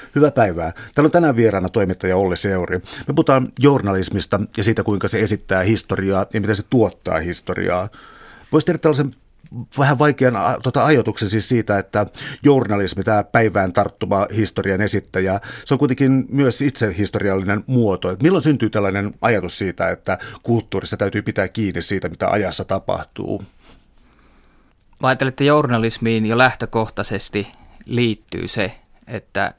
Hyvää päivää. Täällä on tänään vieraana toimittaja Olli Seuri. Me puhutaan journalismista ja siitä, kuinka se esittää historiaa ja miten se tuottaa historiaa. Voisi tehdä tällaisen vähän vaikean ajatuksen siis siitä, että journalismi, tämä päivään tarttuma historian esittäjä, se on kuitenkin myös itse historiallinen muoto. Milloin syntyy tällainen ajatus siitä, että kulttuurissa täytyy pitää kiinni siitä, mitä ajassa tapahtuu? Mä ajattelen, että journalismiin jo lähtökohtaisesti liittyy se, että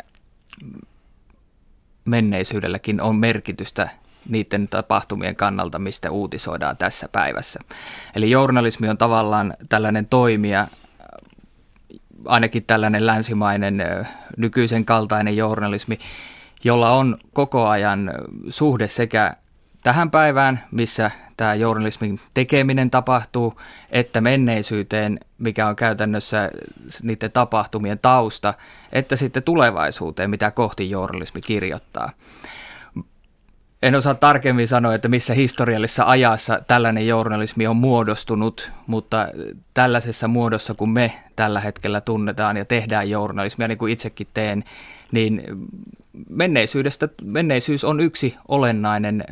menneisyydelläkin on merkitystä niiden tapahtumien kannalta, mistä uutisoidaan tässä päivässä. Eli journalismi on tavallaan tällainen toimija, ainakin tällainen länsimainen nykyisen kaltainen journalismi, jolla on koko ajan suhde sekä tähän päivään, missä tämä journalismin tekeminen tapahtuu, että menneisyyteen, mikä on käytännössä niiden tapahtumien tausta, että sitten tulevaisuuteen, mitä kohti journalismi kirjoittaa. En osaa tarkemmin sanoa, että missä historiallisessa ajassa tällainen journalismi on muodostunut, mutta tällaisessa muodossa, kun me tällä hetkellä tunnetaan ja tehdään journalismia, niin kuin itsekin teen, niin menneisyys on yksi olennainen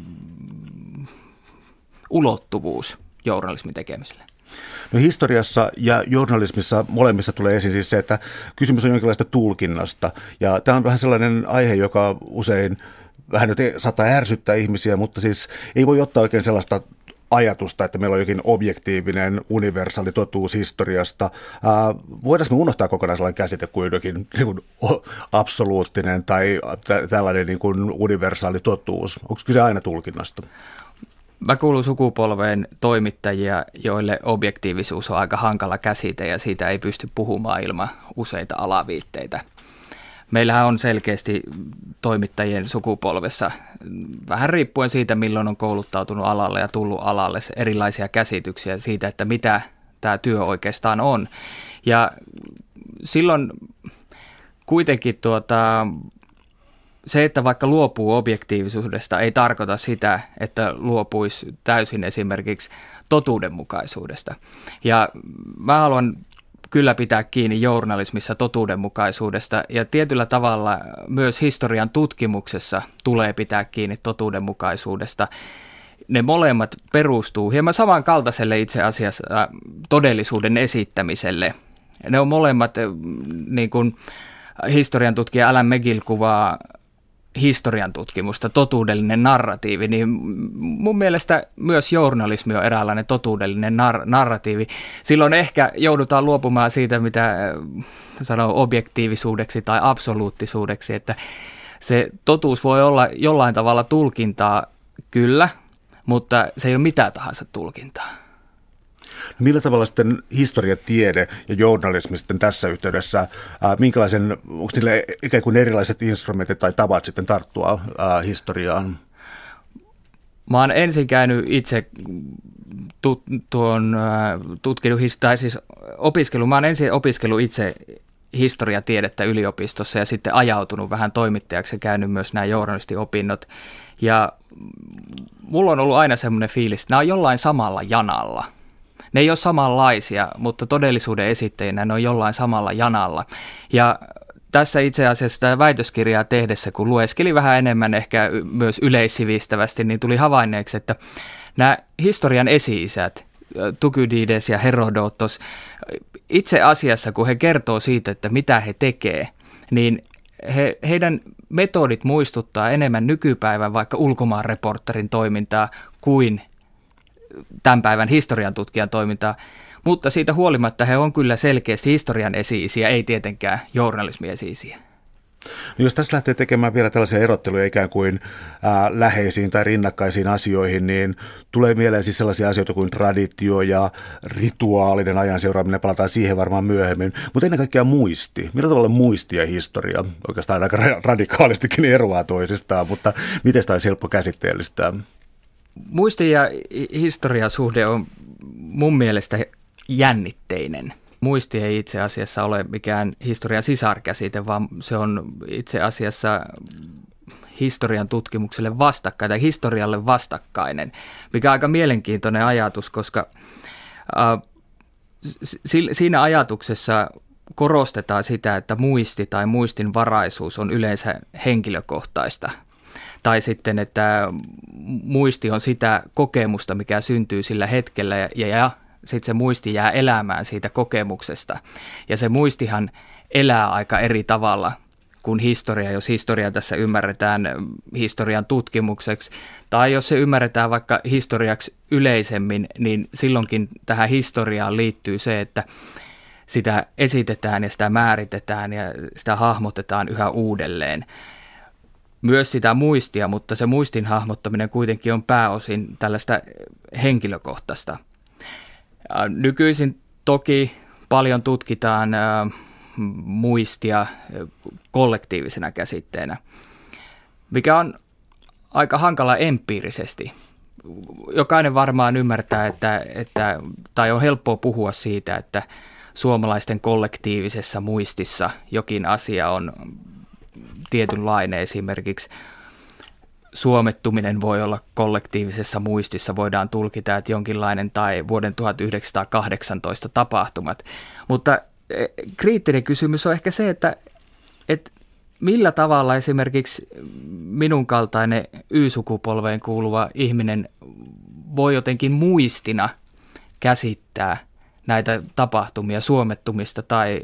ulottuvuus journalismin tekemiselle. No historiassa ja journalismissa molemmissa tulee esiin siis se, että kysymys on jonkinlaista tulkinnasta. Ja tämä on vähän sellainen aihe, joka usein vähän nyt saattaa ärsyttää ihmisiä, mutta siis ei voi ottaa oikein sellaista ajatusta, että meillä on jokin objektiivinen, universaali totuus historiasta. Voitaisiin me unohtaa kokonaan sellainen käsite kuin jokin niin kuin absoluuttinen tai tällainen niin kuin universaali totuus? Onko kyse aina tulkinnasta? Mä kuulun sukupolveen toimittajia, joille objektiivisuus on aika hankala käsite ja siitä ei pysty puhumaan ilman useita alaviitteitä. Meillähän on selkeästi toimittajien sukupolvessa, vähän riippuen siitä, milloin on kouluttautunut alalle ja tullut alalle, erilaisia käsityksiä siitä, että mitä tämä työ oikeastaan on. Ja silloin kuitenkin se, että vaikka luopuu objektiivisuudesta, ei tarkoita sitä, että luopuisi täysin esimerkiksi totuudenmukaisuudesta. Ja mä haluan kyllä pitää kiinni journalismissa totuudenmukaisuudesta ja tietyllä tavalla myös historian tutkimuksessa tulee pitää kiinni totuudenmukaisuudesta. Ne molemmat perustuu hieman samankaltaiselle itse asiassa todellisuuden esittämiselle. Ne on molemmat, niin kuin historian tutkija Alan McGill kuvaa historian tutkimusta, totuudellinen narratiivi, niin mun mielestä myös journalismi on eräänlainen totuudellinen narratiivi. Silloin ehkä joudutaan luopumaan siitä, mitä sanoo objektiivisuudeksi tai absoluuttisuudeksi, että se totuus voi olla jollain tavalla tulkintaa kyllä, mutta se ei ole mitään tahansa tulkintaa. No millä tavalla sitten historiatiede ja journalismi sitten tässä yhteydessä, onko niille ikään kuin erilaiset instrumentit tai tavat sitten tarttua historiaan? Mä oon ensin käynyt itse mä oon ensin opiskellut itse historiatiedettä yliopistossa ja sitten ajautunut vähän toimittajaksi ja käynyt myös nämä journalistiopinnot. Ja mulla on ollut aina semmoinen fiilis, että nämä on jollain samalla janalla. Ne ei ole samanlaisia, mutta todellisuuden esittäjinä ne on jollain samalla janalla. Ja tässä itse asiassa tämä väitöskirjaa tehdessä, kun lueskeli vähän enemmän ehkä myös yleissivistävästi, niin tuli havainneeksi, että nämä historian esi-isät, Thukydides ja Herodotos, itse asiassa kun he kertoo siitä, että mitä he tekee, niin heidän metodit muistuttaa enemmän nykypäivän vaikka ulkomaanreportterin toimintaa kuin tämän päivän historian tutkijan toimintaa, mutta siitä huolimatta he on kyllä selkeästi historian esi-isiä, ei tietenkään journalismin esi-isiä. No jos tässä lähtee tekemään vielä tällaisia erotteluja ikään kuin läheisiin tai rinnakkaisiin asioihin, niin tulee mieleen siis sellaisia asioita kuin traditio ja rituaalinen ajan seuraaminen, palataan siihen varmaan myöhemmin, mutta ennen kaikkea muisti. Millä tavalla muisti ja historia oikeastaan aika radikaalistikin eroaa toisistaan, mutta miten sitä olisi helppo käsitteellistää? Muisti- ja historiasuhde on mun mielestä jännitteinen. Muisti ei itse asiassa ole mikään historian sisarkäsite, vaan se on itse asiassa historian tutkimukselle vastakkain tai historialle vastakkainen, mikä on aika mielenkiintoinen ajatus, koska siinä ajatuksessa korostetaan sitä, että muisti tai muistinvaraisuus on yleensä henkilökohtaista. Tai sitten, että muisti on sitä kokemusta, mikä syntyy sillä hetkellä ja sitten se muisti jää elämään siitä kokemuksesta. Ja se muistihan elää aika eri tavalla kuin historia, jos historia tässä ymmärretään historian tutkimukseksi. Tai jos se ymmärretään vaikka historiaksi yleisemmin, niin silloinkin tähän historiaan liittyy se, että sitä esitetään ja sitä määritetään ja sitä hahmotetaan yhä uudelleen. Myös sitä muistia, mutta se muistin hahmottaminen kuitenkin on pääosin tällaista henkilökohtaista. Nykyisin toki paljon tutkitaan muistia kollektiivisena käsitteenä, mikä on aika hankala empiirisesti. Jokainen varmaan ymmärtää, tai on helppoa puhua siitä, että suomalaisten kollektiivisessa muistissa jokin asia on tietynlainen. Esimerkiksi suomettuminen voi olla kollektiivisessa muistissa, voidaan tulkita, että jonkinlainen tai vuoden 1918 tapahtumat. Mutta kriittinen kysymys on ehkä se, että millä tavalla esimerkiksi minun kaltainen Y-sukupolveen kuuluva ihminen voi jotenkin muistina käsittää näitä tapahtumia, suomettumista tai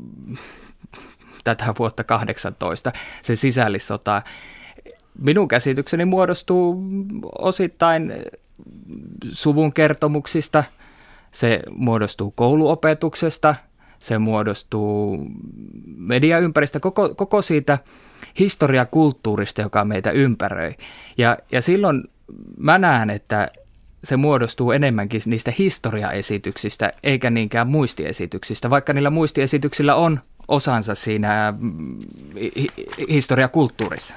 tätä vuotta 18, se sisällissota. Minun käsitykseni muodostuu osittain suvun kertomuksista, se muodostuu kouluopetuksesta, se muodostuu mediaympäristä, koko siitä historiakulttuurista, joka meitä ympäröi. Ja silloin mä näen, että se muodostuu enemmänkin niistä historiaesityksistä, eikä niinkään muistiesityksistä, vaikka niillä muistiesityksillä on osansa siinä historiakulttuurissa.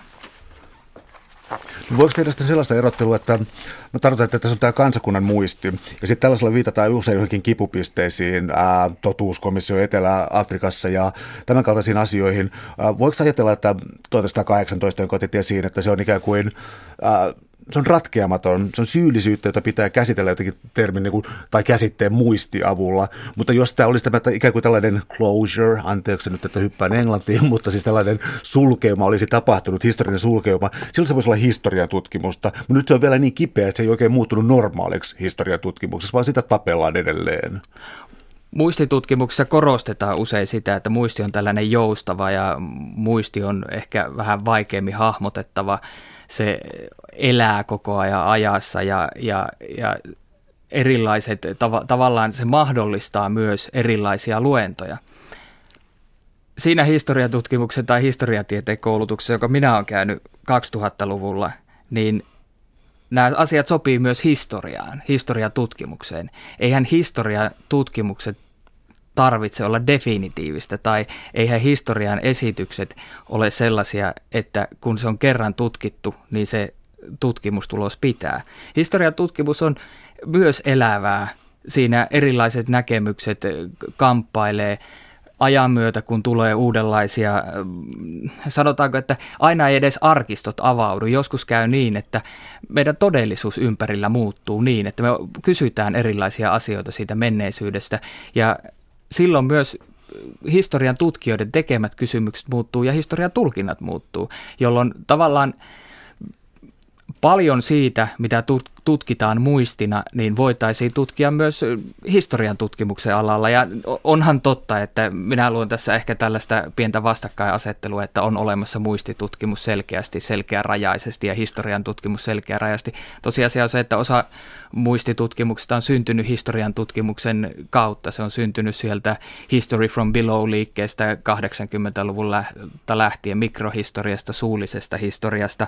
Voiko tehdä sitten sellaista erottelua, että mä tarkoitan, että tässä on tämä kansakunnan muisti, ja sitten tällaisella viitataan usein johonkin kipupisteisiin, totuuskomissio Etelä-Afrikassa ja tämän kaltaisiin asioihin. Voiko ajatella, että 1918, jonka otit esiin, että se on ikään kuin se on ratkeamaton, se on syyllisyyttä, jota pitää käsitellä jotenkin termin tai käsitteen muistiavulla, mutta jos tämä olisi ikään kuin tällainen closure, anteeksi nyt, että hyppään englantiin, mutta siis tällainen sulkeuma olisi tapahtunut, historiallinen sulkeuma, silloin se voisi olla historian tutkimusta, mutta nyt se on vielä niin kipeä, että se ei oikein muuttunut normaaliksi historian tutkimuksessa, vaan sitä tapellaan edelleen. Muistitutkimuksessa korostetaan usein sitä, että muisti on tällainen joustava ja muisti on ehkä vähän vaikeammin hahmotettava. Se elää koko ajan ajassa ja erilaiset, tavallaan se mahdollistaa myös erilaisia luentoja. Siinä historiatutkimuksen tai historiatieteen koulutuksessa, joka minä olen käynyt 2000-luvulla, niin nämä asiat sopii myös historiatutkimukseen. Eihän historiatutkimukset tarvitse olla definitiivistä tai eihän historian esitykset ole sellaisia, että kun se on kerran tutkittu, niin se tutkimustulos pitää. Historiatutkimus on myös elävää. Siinä erilaiset näkemykset kamppailee ajan myötä, kun tulee uudenlaisia, sanotaanko, että aina ei edes arkistot avaudu. Joskus käy niin, että meidän todellisuus ympärillä muuttuu niin, että me kysytään erilaisia asioita siitä menneisyydestä ja silloin myös historian tutkijoiden tekemät kysymykset muuttuu ja historian tulkinnat muuttuu, jolloin tavallaan paljon siitä, mitä tutkitaan muistina, niin voitaisiin tutkia myös historian tutkimuksen alalla. Ja onhan totta, että minä luon tässä ehkä tällaista pientä vastakkainasettelua, että on olemassa muistitutkimus selkeästi, selkeärajaisesti ja historian tutkimus selkeärajaisesti. Tosiasia on se, että osa muistitutkimuksesta on syntynyt historian tutkimuksen kautta. Se on syntynyt sieltä History from Below-liikkeestä 80-luvun lähtien, mikrohistoriasta, suullisesta historiasta.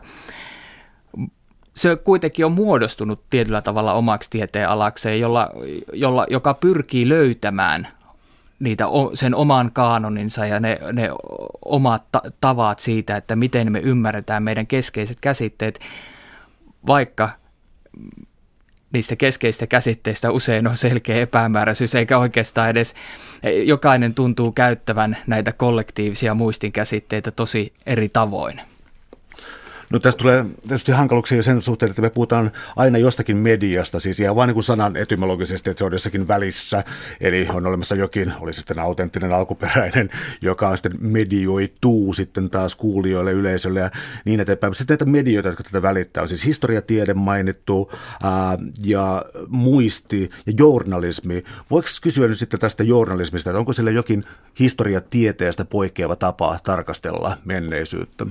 Se kuitenkin on muodostunut tietyllä tavalla omaksi tieteenalakseen, joka pyrkii löytämään niitä, sen oman kaanoninsa ja ne omat tavat siitä, että miten me ymmärretään meidän keskeiset käsitteet, vaikka niistä keskeisistä käsitteistä usein on selkeä epämääräisyys, eikä oikeastaan edes jokainen tuntuu käyttävän näitä kollektiivisia muistin käsitteitä tosi eri tavoin. No tästä tulee tietysti hankaluuksia sen suhteen, että me puhutaan aina jostakin mediasta, siis ihan vain niin kuin sanan etymologisesti, että se on jossakin välissä, eli on olemassa jokin, oli sitten autenttinen alkuperäinen, joka sitten medioituu sitten taas kuulijoille, yleisölle ja niin eteenpäin. Sitten näitä medioita, jotka tätä välittää, on siis historiatiede mainittu ja muisti ja journalismi. Voiko kysyä nyt sitten tästä journalismista, että onko sillä jokin historiatieteestä poikkeava tapa tarkastella menneisyyttä?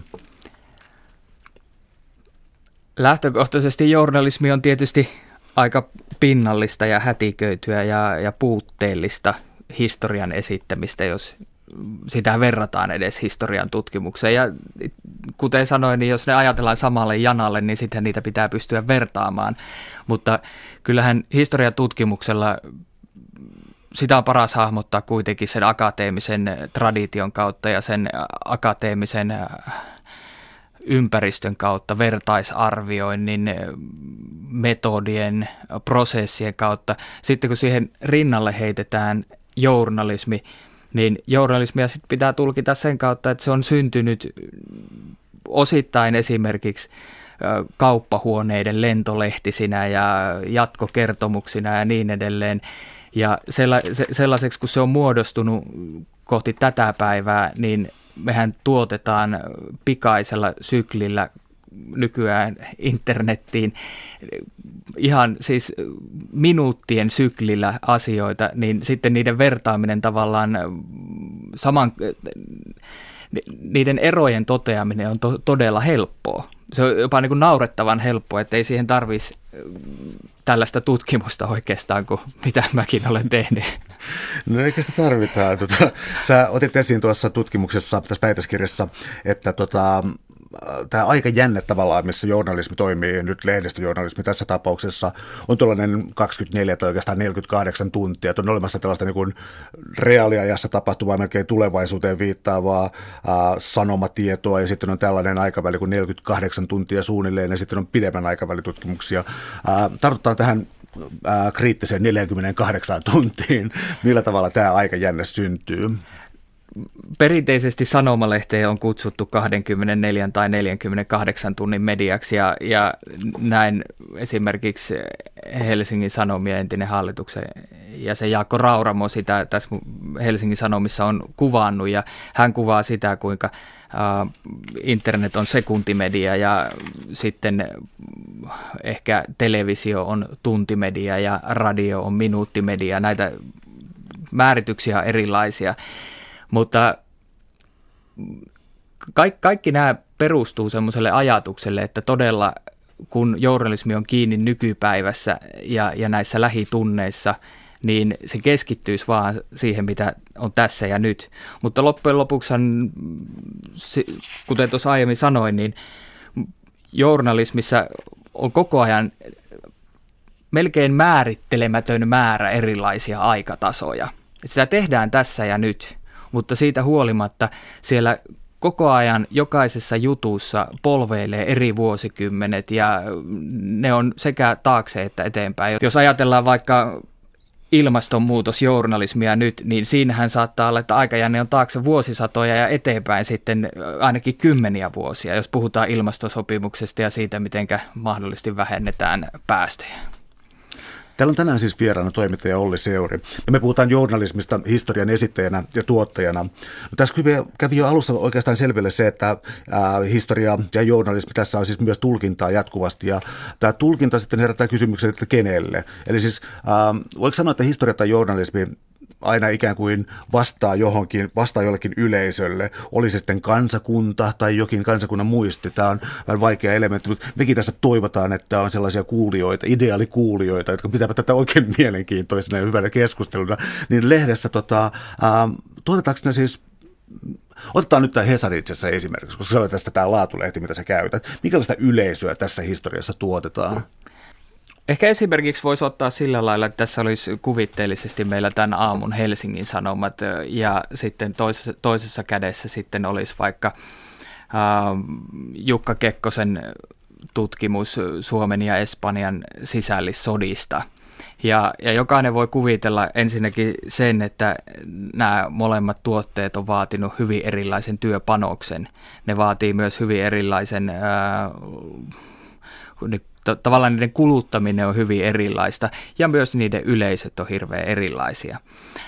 Lähtökohtaisesti journalismi on tietysti aika pinnallista ja hätiköityä ja puutteellista historian esittämistä, jos sitä verrataan edes historian tutkimukseen. Ja kuten sanoin, niin jos ne ajatellaan samalle janalle, niin sitten niitä pitää pystyä vertaamaan. Mutta kyllähän historian tutkimuksella sitä on paras hahmottaa kuitenkin sen akateemisen tradition kautta ja sen akateemisen ympäristön kautta, vertaisarvioinnin, metodien, prosessien kautta. Sitten kun siihen rinnalle heitetään journalismi, niin journalismia sitten pitää tulkita sen kautta, että se on syntynyt osittain esimerkiksi kauppahuoneiden lentolehtisinä ja jatkokertomuksina ja niin edelleen. Ja sellaiseksi, kun se on muodostunut kohti tätä päivää, niin mehän tuotetaan pikaisella syklillä nykyään internettiin ihan siis minuuttien syklillä asioita, niin sitten niiden vertaaminen tavallaan niiden erojen toteaminen on todella helppoa. Se on jopa niin kuin naurettavan helppoa, että ei siihen tarvitsisi tällaista tutkimusta oikeastaan kuin mitä mäkin olen tehnyt. No eikä sitä tarvitaan. Sä otit esiin tuossa tutkimuksessa, tässä väitöskirjassa, että tämä aika jänne tavallaan, missä journalismi toimii, nyt lehdistöjournalismi tässä tapauksessa, on tuollainen 24 tai oikeastaan 48 tuntia. On olemassa tällaista niin kuin reaaliajassa tapahtuvaa, melkein tulevaisuuteen viittaavaa sanomatietoa, ja sitten on tällainen aikaväli kuin 48 tuntia suunnilleen, ja sitten on pidemmän aikavälitutkimuksia. Tartutaan tähän kriittiseen 48 tuntiin. Millä tavalla tämä aikajänne syntyy? Perinteisesti sanomalehteen on kutsuttu 24 tai 48 tunnin mediaksi ja näin esimerkiksi Helsingin Sanomien entinen hallituksen jäsen Jaakko Rauramo sitä tässä Helsingin Sanomissa on kuvannut ja hän kuvaa sitä, kuinka internet on sekuntimedia ja sitten ehkä televisio on tuntimedia ja radio on minuuttimedia. Näitä määrityksiä on erilaisia. Mutta kaikki nämä perustuu semmoiselle ajatukselle, että todella kun journalismi on kiinni nykypäivässä ja näissä lähitunneissa, niin se keskittyisi vaan siihen, mitä on tässä ja nyt. Mutta loppujen lopuksi, kuten tuossa aiemmin sanoin, niin journalismissa on koko ajan melkein määrittelemätön määrä erilaisia aikatasoja. Sitä tehdään tässä ja nyt. Mutta siitä huolimatta siellä koko ajan jokaisessa jutussa polveilee eri vuosikymmenet ja ne on sekä taakse että eteenpäin. Jos ajatellaan vaikka ilmastonmuutosjournalismia nyt, niin siinähän saattaa olla, että aikajänne on taakse vuosisatoja ja eteenpäin sitten ainakin kymmeniä vuosia, jos puhutaan ilmastosopimuksesta ja siitä, miten mahdollisesti vähennetään päästöjä. Täällä on tänään siis vieraana toimittaja Olli Seuri. Ja me puhutaan journalismista historian esittäjänä ja tuottajana. No, tässä kävi jo alussa oikeastaan selville se, että historia ja journalismi tässä on siis myös tulkintaa jatkuvasti. Ja tämä tulkinta sitten herättää kysymyksen, että kenelle. Eli siis voiko sanoa, että historia tai journalismi aina ikään kuin vastaa jollekin yleisölle, oli se sitten kansakunta tai jokin kansakunnan muisti. Tämä on vähän vaikea elementti, mutta mekin tässä toivotaan, että on sellaisia kuulijoita, ideaalikuulijoita, jotka pitävät tätä oikein mielenkiintoisena ja hyvänä keskusteluna. Niin lehdessä tuotetaanko ne siis, otetaan nyt tämä Hesari itse asiassa esimerkiksi, koska se on tästä tämä laatulehti, mitä sä käytät. Minkälaista yleisöä tässä historiassa tuotetaan? Ehkä esimerkiksi voisi ottaa sillä lailla, että tässä olisi kuvitteellisesti meillä tämän aamun Helsingin Sanomat ja sitten toisessa kädessä sitten olisi vaikka Jukka Kekkosen tutkimus Suomen ja Espanjan sisällissodista. Ja jokainen voi kuvitella ensinnäkin sen, että nämä molemmat tuotteet on vaatinut hyvin erilaisen työpanoksen. Ne vaatii myös hyvin erilaisen, tavallaan niiden kuluttaminen on hyvin erilaista ja myös niiden yleisöt on hirveän erilaisia.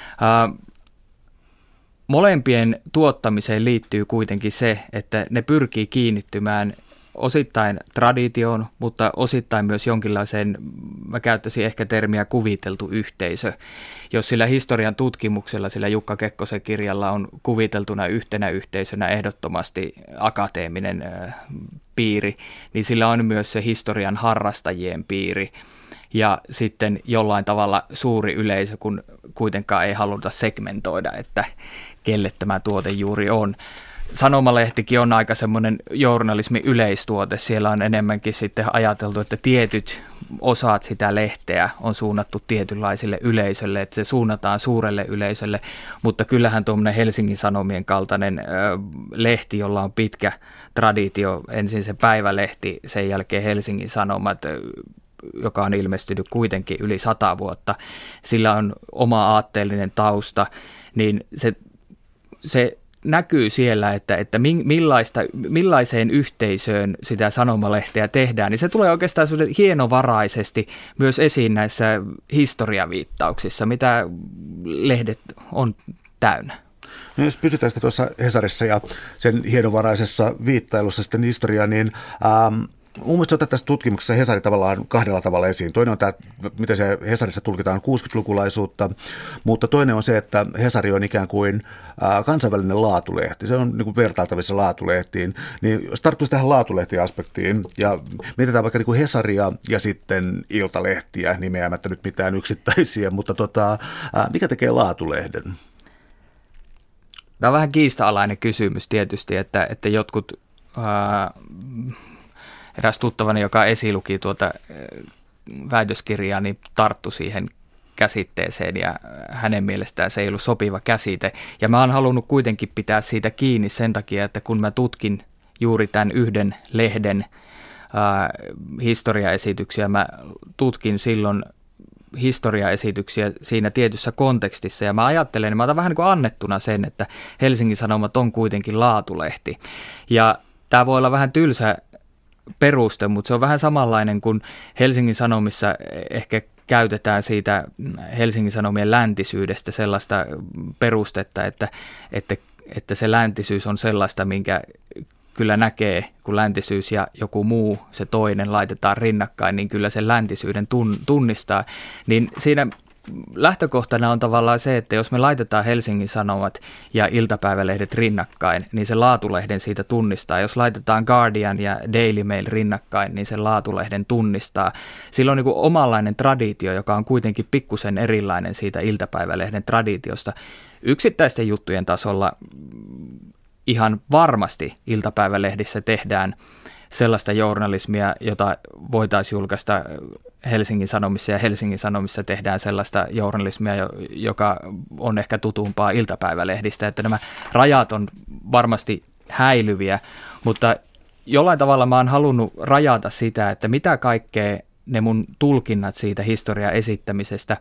Molempien tuottamiseen liittyy kuitenkin se, että ne pyrkii kiinnittymään osittain traditioon, mutta osittain myös jonkinlaiseen, mä käyttäisin ehkä termiä kuviteltu yhteisö. Jos sillä historian tutkimuksella, sillä Jukka Kekkosen kirjalla on kuviteltuna yhtenä yhteisönä ehdottomasti akateeminen piiri, niin sillä on myös se historian harrastajien piiri. Ja sitten jollain tavalla suuri yleisö, kun kuitenkaan ei haluta segmentoida, että kelle tämä tuote juuri on. Sanomalehtikin on aika semmoinen journalismin yleistuote. Siellä on enemmänkin sitten ajateltu, että tietyt osat sitä lehteä on suunnattu tietynlaisille yleisölle, että se suunnataan suurelle yleisölle, mutta kyllähän tuommoinen Helsingin Sanomien kaltainen lehti, jolla on pitkä traditio, ensin se päivälehti, sen jälkeen Helsingin Sanomat, joka on ilmestynyt kuitenkin yli 100 vuotta, sillä on oma aatteellinen tausta, niin se näkyy siellä, että millaiseen yhteisöön sitä sanomalehteä tehdään, niin se tulee oikeastaan hienovaraisesti myös esiin näissä historiaviittauksissa, mitä lehdet on täynnä. No jos pysytään sitten tuossa Hesarissa ja sen hienovaraisessa viittailussa sitten historiaa, niin mun mielestä otetaan tässä tutkimuksessa Hesari tavallaan kahdella tavalla esiin. Toinen on tämä, miten se Hesarissa tulkitaan 60-lukulaisuutta, mutta toinen on se, että Hesari on ikään kuin kansainvälinen laatulehti. Se on niin kuin vertailtavissa laatulehtiin. Niin jos tarttuisi tähän laatulehtiaspektiin ja mietitään vaikka niin kuin Hesaria ja sitten iltalehtiä, nimeämättä nyt mitään yksittäisiä, mutta mikä tekee laatulehden? Tämä on vähän kiista-alainen kysymys tietysti, että jotkut eräs tuttavani, joka esiluki tuota väitöskirjaa, niin tarttui siihen käsitteeseen ja hänen mielestään se ei ollut sopiva käsite. Ja mä oon halunnut kuitenkin pitää siitä kiinni sen takia, että kun mä tutkin juuri tämän yhden lehden historiaesityksiä, mä tutkin silloin historiaesityksiä siinä tietyssä kontekstissa ja mä ajattelen, mä otan vähän niin kuin annettuna sen, että Helsingin Sanomat on kuitenkin laatulehti. Ja tämä voi olla vähän tylsä peruste, mutta se on vähän samanlainen kuin Helsingin Sanomissa ehkä käytetään siitä Helsingin Sanomien läntisyydestä sellaista perustetta, että se läntisyys on sellaista, minkä kyllä näkee, kun läntisyys ja joku muu, se toinen laitetaan rinnakkain, niin kyllä sen läntisyyden tunnistaa. Niin siinä lähtökohtana on tavallaan se, että jos me laitetaan Helsingin Sanomat ja iltapäivälehdet rinnakkain, niin se laatulehden siitä tunnistaa. Jos laitetaan Guardian ja Daily Mail rinnakkain, niin se laatulehden tunnistaa. Sillä on niin kuin omanlainen traditio, joka on kuitenkin pikkusen erilainen siitä iltapäivälehden traditiosta. Yksittäisten juttujen tasolla ihan varmasti iltapäivälehdissä tehdään sellaista journalismia, jota voitaisiin julkaista Helsingin Sanomissa, ja Helsingin Sanomissa tehdään sellaista journalismia, joka on ehkä tutumpaa iltapäivälehdistä, että nämä rajat on varmasti häilyviä, mutta jollain tavalla mä oon halunnut rajata sitä, että mitä kaikkea ne mun tulkinnat siitä historian esittämisestä,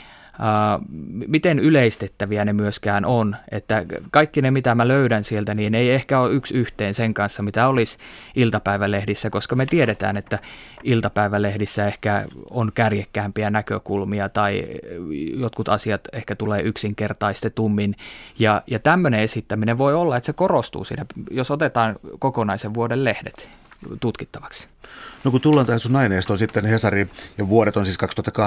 miten yleistettäviä ne myöskään on, että kaikki ne, mitä mä löydän sieltä, niin ei ehkä ole yksi yhteen sen kanssa, mitä olisi iltapäivälehdissä, koska me tiedetään, että iltapäivälehdissä ehkä on kärjekkäämpiä näkökulmia tai jotkut asiat ehkä tulee yksinkertaistetummin, ja tämmöinen esittäminen voi olla, että se korostuu siinä, jos otetaan kokonaisen vuoden lehdet tutkittavaksi. No kun tullaan tähän sun aineistoon sitten Hesari, ja vuodet on siis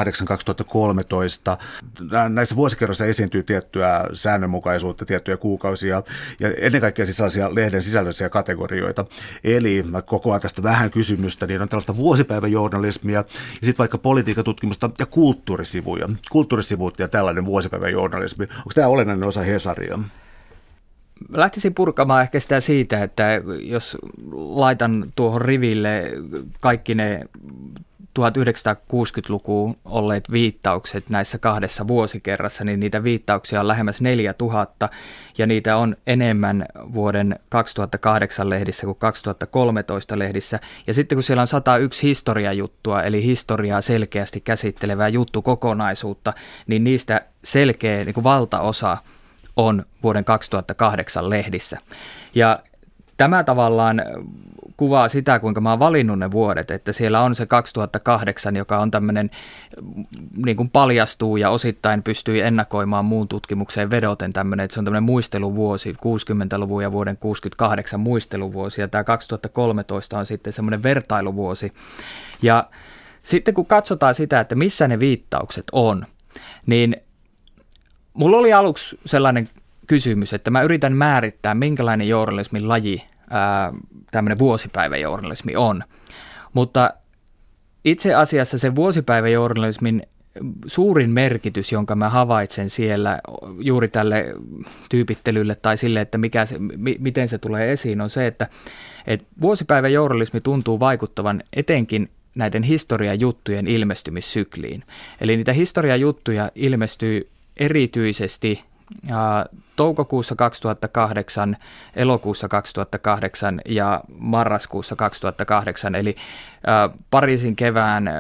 2008-2013, näissä vuosikerroissa esiintyy tiettyä säännönmukaisuutta, tiettyjä kuukausia, ja ennen kaikkea siis sellaisia lehden sisällöllisiä kategorioita. Eli mä kokoan tästä vähän kysymystä, niin on tällaista vuosipäiväjournalismia, ja sitten vaikka politiikatutkimusta ja kulttuurisivuja. Kulttuurisivut ja tällainen vuosipäiväjournalismi. Onko tämä olennainen osa Hesaria? Lähtisin purkamaan ehkä sitä siitä, että jos laitan tuohon riville kaikki ne 1960-lukuun olleet viittaukset näissä kahdessa vuosikerrassa, niin niitä viittauksia on lähemmäs 4000 ja niitä on enemmän vuoden 2008 lehdissä kuin 2013 lehdissä. Ja sitten kun siellä on 101 historiajuttua, eli historiaa selkeästi käsittelevää juttukokonaisuutta, niin niistä selkeä niin kuin valtaosa on vuoden 2008 lehdissä. Ja tämä tavallaan kuvaa sitä, kuinka mä oon valinnut ne vuodet, että siellä on se 2008, joka on tämmöinen, niin kuin paljastuu ja osittain pystyy ennakoimaan muun tutkimukseen vedoten tämmöinen, että se on tämmöinen muisteluvuosi, 60-luvun ja vuoden 68 muisteluvuosi, ja tämä 2013 on sitten semmoinen vertailuvuosi. Ja sitten kun katsotaan sitä, että missä ne viittaukset on, niin mulla oli aluksi sellainen kysymys, että mä yritän määrittää, minkälainen journalismin laji tämmöinen vuosipäiväjournalismi on. Mutta itse asiassa se vuosipäiväjournalismin suurin merkitys, jonka mä havaitsen siellä juuri tälle tyypittelylle tai sille, että miten se tulee esiin, on se, että vuosipäiväjournalismi tuntuu vaikuttavan etenkin näiden historiajuttujen ilmestymissykliin. Eli niitä historiajuttuja ilmestyy erityisesti toukokuussa 2008, elokuussa 2008 ja marraskuussa 2008, eli Pariisin kevään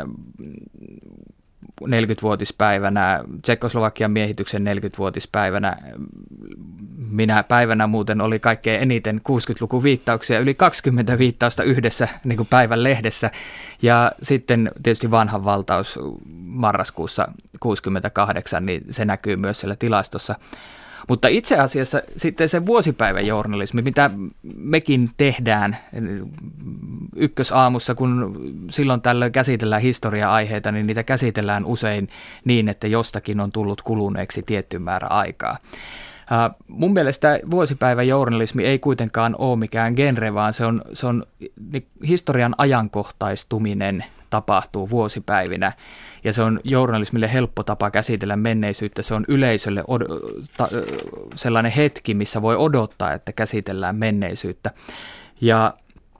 40-vuotispäivänä, Tšekkoslovakian miehityksen 40-vuotispäivänä. Minä päivänä muuten oli kaikkein eniten 60-luvun viittauksia, yli 20 viittausta yhdessä niin kuin päivän lehdessä. Ja sitten tietysti vanhan valtaus marraskuussa 68, niin se näkyy myös siellä tilastossa. Mutta itse asiassa sitten se vuosipäiväjournalismi, mitä mekin tehdään ykkösaamussa, kun silloin tällöin käsitellään historia-aiheita, niin niitä käsitellään usein niin, että jostakin on tullut kuluneeksi tietty määrä aikaa. Mun mielestä vuosipäiväjournalismi ei kuitenkaan ole mikään genre, vaan se on historian ajankohtaistuminen tapahtuu vuosipäivinä, ja se on journalismille helppo tapa käsitellä menneisyyttä. Se on yleisölle sellainen hetki, missä voi odottaa, että käsitellään menneisyyttä. Ja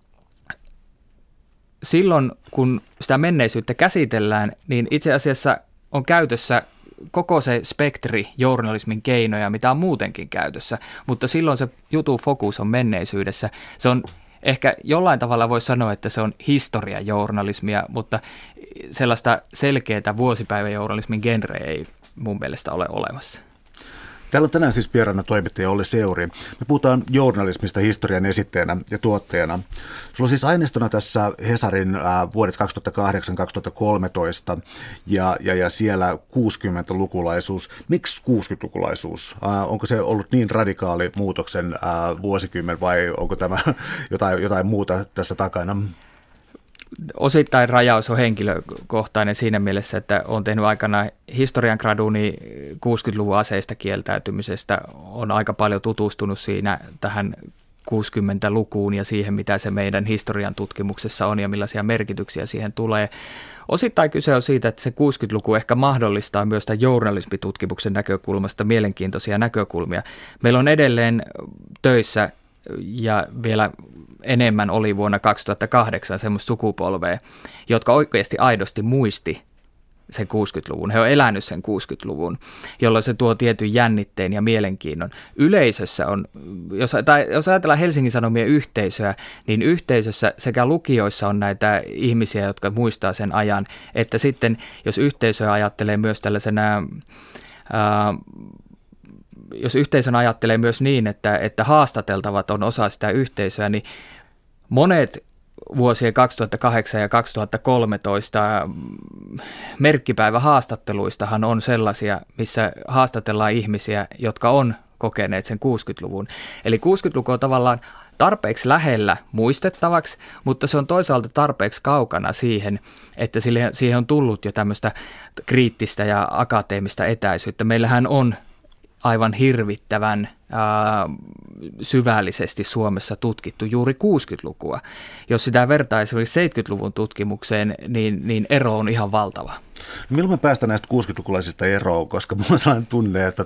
silloin, kun sitä menneisyyttä käsitellään, niin itse asiassa on käytössä koko se spektri journalismin keinoja, mitä on muutenkin käytössä, mutta silloin se jutun fokus on menneisyydessä. Se on ehkä jollain tavalla voisi sanoa, että se on historiajournalismia, mutta sellaista selkeää vuosipäiväjournalismin genreä ei mun mielestä ole olemassa. Täällä on tänään siis vieraana toimittaja Olli Seuri. Me puhutaan journalismista historian esittäjänä ja tuottajana. Sulla on siis aineistona tässä Hesarin vuodet 2008-2013 ja siellä 60-lukulaisuus. Miksi 60-lukulaisuus? Onko se ollut niin radikaali muutoksen vuosikymmen vai onko tämä jotain muuta tässä takana? Osittain rajaus on henkilökohtainen siinä mielessä, että olen tehnyt aikana historian graduni 60-luvun aseista kieltäytymisestä. Olen aika paljon tutustunut siinä tähän 60-lukuun ja siihen, mitä se meidän historian tutkimuksessa on ja millaisia merkityksiä siihen tulee. Osittain kyse on siitä, että se 60-luku ehkä mahdollistaa myös tämän journalismitutkimuksen näkökulmasta mielenkiintoisia näkökulmia. Meillä on edelleen töissä ja vielä enemmän oli vuonna 2008 semmoista sukupolvea, jotka oikeasti aidosti muisti sen 60-luvun. He on elänyt sen 60-luvun, jolloin se tuo tietyn jännitteen ja mielenkiinnon. Yleisössä on, jos ajatellaan Helsingin Sanomien yhteisöä, niin yhteisössä sekä lukijoissa on näitä ihmisiä, jotka muistaa sen ajan, että sitten jos yhteisöä ajattelee myös tällaisena jos yhteisön ajattelee myös niin, että haastateltavat on osa sitä yhteisöä, niin monet vuosien 2008 ja 2013 merkkipäivähaastatteluistahan on sellaisia, missä haastatellaan ihmisiä, jotka on kokeneet sen 60-luvun. Eli 60-luku on tavallaan tarpeeksi lähellä muistettavaksi, mutta se on toisaalta tarpeeksi kaukana siihen, että siihen on tullut jo tämmöistä kriittistä ja akateemista etäisyyttä. Meillähän on aivan hirvittävän syvällisesti Suomessa tutkittu juuri 60-lukua. Jos sitä vertaa esimerkiksi 70-luvun tutkimukseen, niin ero on ihan valtava. Milloin me päästään näistä 60-lukulaisista eroon, koska minulla on sellainen tunne, että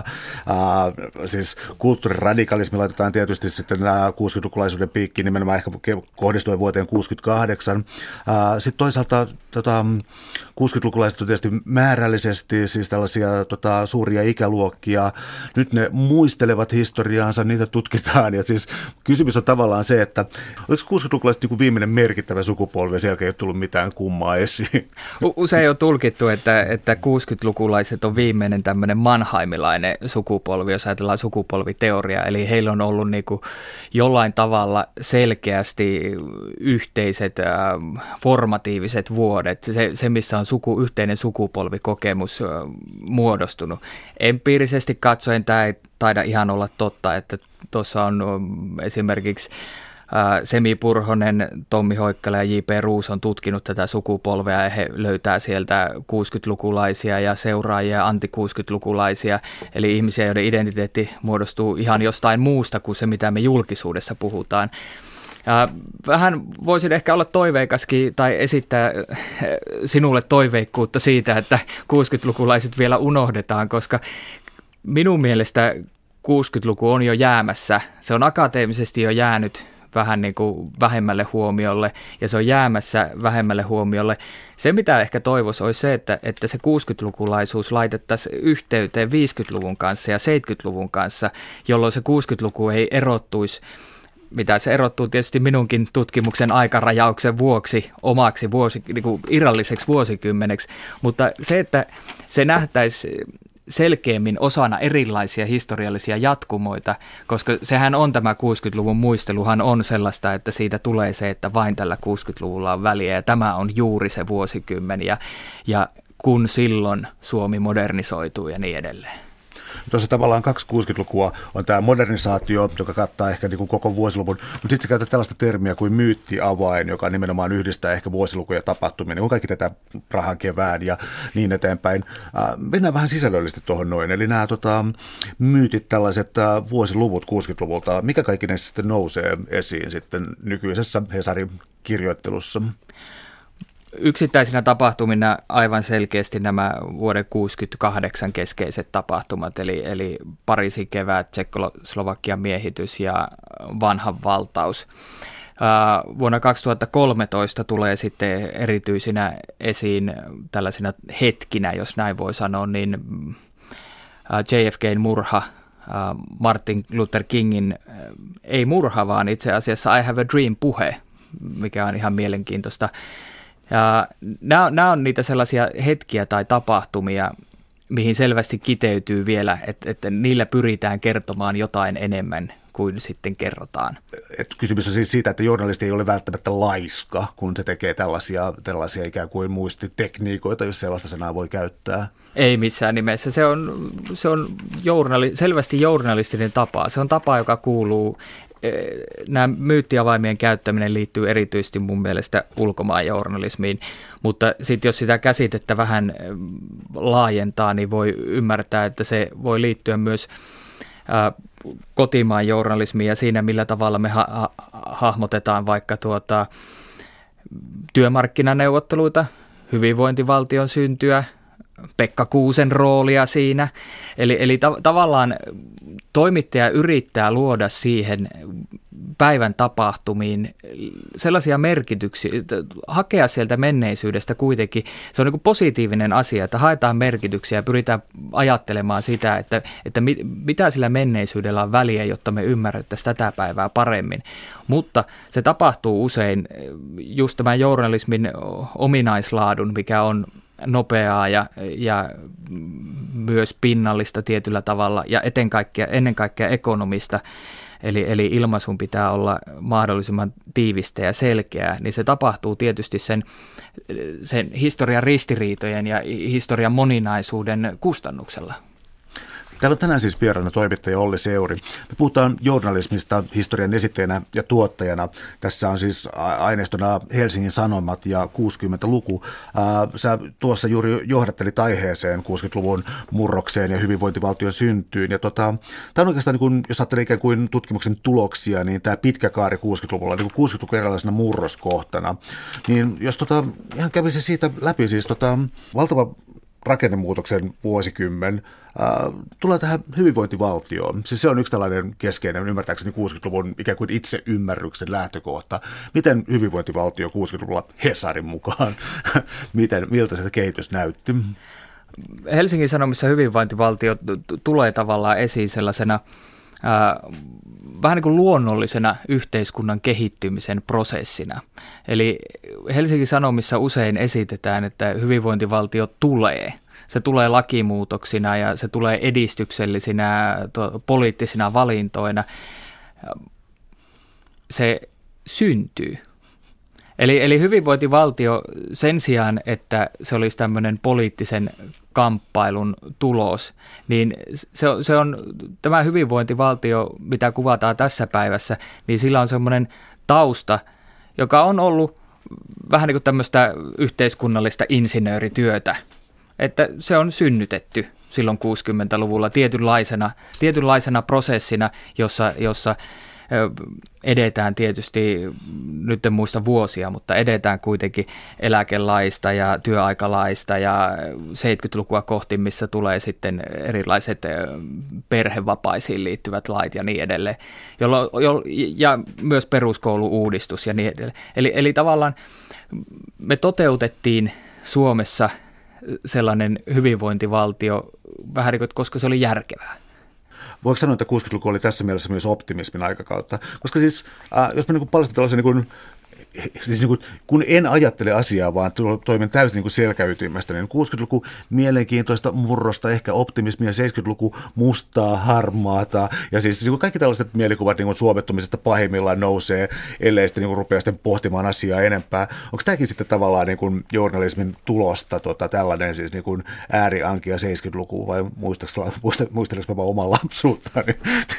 siis kulttuuriradikalismi laitetaan tietysti sitten 60-lukulaisuuden piikkiin nimenomaan ehkä kohdistuen vuoteen 68. Sitten toisaalta 60-lukulaiset on tietysti määrällisesti siis tällaisia suuria ikäluokkia. Nyt ne muistelevat historiaansa, niitä tutkitaan ja siis kysymys on tavallaan se, että oliko 60-lukulaiset niin kuin viimeinen merkittävä sukupolvi ja sen jälkeen ei ole tullut mitään kummaa esiin? Usein on tulkittu, että 60-lukulaiset on viimeinen tämmöinen mannheimilainen sukupolvi, jos ajatellaan sukupolviteoriaa, eli heillä on ollut niin kuin jollain tavalla selkeästi yhteiset formatiiviset vuodet, se missä on yhteinen sukupolvikokemus muodostunut. Empiirisesti katsoen tämä ei taida ihan olla totta, että tuossa on esimerkiksi Semi Purhonen, Tommi Hoikkala ja J.P. Roos on tutkinut tätä sukupolvea ja he löytää sieltä 60-lukulaisia ja seuraajia anti-60-lukulaisia, eli ihmisiä, joiden identiteetti muodostuu ihan jostain muusta kuin se, mitä me julkisuudessa puhutaan. Vähän voisin ehkä olla toiveikaskin tai esittää sinulle toiveikkuutta siitä, että 60-lukulaiset vielä unohdetaan, koska minun mielestä 60-luku on jo jäämässä. Se on akateemisesti jo jäänyt vähän niin kuin vähemmälle huomiolle ja se on jäämässä vähemmälle huomiolle. Se, mitä ehkä toivoisi, olisi se, että se 60-lukulaisuus laitettaisiin yhteyteen 50-luvun kanssa ja 70-luvun kanssa, jolloin se 60-luku ei erottuisi, mitä se erottuu tietysti minunkin tutkimuksen aikarajauksen vuoksi omaksi niin kuin irralliseksi vuosikymmeneksi, mutta se, että se nähtäisi selkeämmin osana erilaisia historiallisia jatkumoita, koska sehän on tämä 60-luvun muisteluhan on sellaista, että siitä tulee se, että vain tällä 60-luvulla on väliä ja tämä on juuri se vuosikymmen ja kun silloin Suomi modernisoituu ja niin edelleen. Tuossa tavallaan 60-lukua on tämä modernisaatio, joka kattaa ehkä niin kuin koko vuosiluvun, mutta sitten se käytetään tällaista termiä kuin myyttiavain, joka nimenomaan yhdistää ehkä vuosilukuja tapahtumia, niin kun kaikki tätä Prahan kevään ja niin eteenpäin. Mennään vähän sisällöllisesti tuohon noin, eli nämä myytit, tällaiset vuosiluvut 60-luvulta, mikä kaikki näissä sitten nousee esiin sitten nykyisessä Hesarin kirjoittelussa? Yksittäisinä tapahtumina aivan selkeästi nämä vuoden 1968 keskeiset tapahtumat, eli Pariisin kevät, Tsekkoslovakian miehitys ja vanhan valtaus. Vuonna 2013 tulee sitten erityisinä esiin tällaisina hetkinä, jos näin voi sanoa, niin JFK:n murha, Martin Luther Kingin ei murha, vaan itse asiassa I Have a Dream-puhe, mikä on ihan mielenkiintoista. Ja nämä on niitä sellaisia hetkiä tai tapahtumia, mihin selvästi kiteytyy vielä, että niillä pyritään kertomaan jotain enemmän kuin sitten kerrotaan. Kysymys on siis siitä, että journalisti ei ole välttämättä laiska, kun se tekee tällaisia ikään kuin muistitekniikoita, jos sellaista sanaa voi käyttää. Ei missään nimessä. Se on selvästi journalistinen tapa. Se on tapa, joka kuuluu. Nämä myyttiavaimien käyttäminen liittyy erityisesti mun mielestä ulkomaanjournalismiin, mutta sitten jos sitä käsitettä vähän laajentaa, niin voi ymmärtää, että se voi liittyä myös kotimaan journalismiin ja siinä, millä tavalla me hahmotetaan vaikka työmarkkinaneuvotteluita, hyvinvointivaltion syntyä, Pekka Kuusen roolia siinä. Eli tavallaan toimittaja yrittää luoda siihen päivän tapahtumiin sellaisia merkityksiä, hakea sieltä menneisyydestä kuitenkin. Se on niin kuin positiivinen asia, että haetaan merkityksiä ja pyritään ajattelemaan sitä, että mitä sillä menneisyydellä on väliä, jotta me ymmärrettäisiin tätä päivää paremmin. Mutta se tapahtuu usein just tämän journalismin ominaislaadun, mikä on nopeaa ja myös pinnallista tietyllä tavalla ja ennen kaikkea ekonomista, eli ilmaisun pitää olla mahdollisimman tiivistä ja selkeää, niin se tapahtuu tietysti sen historian ristiriitojen ja historian moninaisuuden kustannuksella. Täällä on tänään siis vieraana toimittaja Olli Seuri. Me puhutaan journalismista historian esittäjänä ja tuottajana. Tässä on siis aineistona Helsingin Sanomat ja 60-luku. Sä tuossa juuri johdattelit aiheeseen 60-luvun murrokseen ja hyvinvointivaltion syntyyn. Ja tämä on oikeastaan, niin kun, jos ajattelee ikään kuin tutkimuksen tuloksia, niin tämä pitkä kaari 60-luvulla, niin 60-luku erilaisena murroskohtana. Niin jos ihan kävisi siitä läpi, siis valtava rakennemuutoksen vuosikymmen, tulee tähän hyvinvointivaltioon. Siis se on yksi tällainen keskeinen, ymmärtääkseni 60-luvun ikään kuin itseymmärryksen lähtökohta. Miten hyvinvointivaltio 60-luvulla Hesarin mukaan, miltä se kehitys näytti? Helsingin Sanomissa hyvinvointivaltio tulee tavallaan esiin sellaisena vähän niin kuin luonnollisena yhteiskunnan kehittymisen prosessina. Eli Helsingin Sanomissa usein esitetään, että hyvinvointivaltio tulee. Se tulee lakimuutoksina ja se tulee edistyksellisinä poliittisina valintoina. Se syntyy. Eli hyvinvointivaltio sen sijaan, että se olisi tämmöinen poliittisen kamppailun tulos, niin se on tämä hyvinvointivaltio, mitä kuvataan tässä päivässä, niin sillä on semmoinen tausta, joka on ollut vähän niin kuin tämmöistä yhteiskunnallista insinöörityötä, että se on synnytetty silloin 60-luvulla tietynlaisena prosessina, jossa edetään tietysti, nyt en muista vuosia, mutta edetään kuitenkin eläkelaista ja työaikalaista ja 70-lukua kohti, missä tulee sitten erilaiset perhevapaisiin liittyvät lait ja niin edelleen, ja myös peruskoulu-uudistus ja niin edelleen. Eli tavallaan me toteutettiin Suomessa sellainen hyvinvointivaltio vähän niin kuin, koska se oli järkevää. Voiko sanoa, että 60-luku oli tässä mielessä myös optimismin aikakautta? Koska siis, jos mä paljastan tällaisen kun en ajattele asiaa, vaan toimin täysin selkäytymästä, niin 60-luku mielenkiintoista murrosta, ehkä optimismia, 70-luku mustaa, harmaata, ja siis kaikki tällaiset mielikuvat suomettumisesta pahimmillaan nousee, ellei sitten rupea sitten pohtimaan asiaa enempää. Onko tämäkin sitten tavallaan journalismin tulosta, tällainen siis ääriankia 70-luku, vai muistelenko mä vaan omaa lapsuuttani?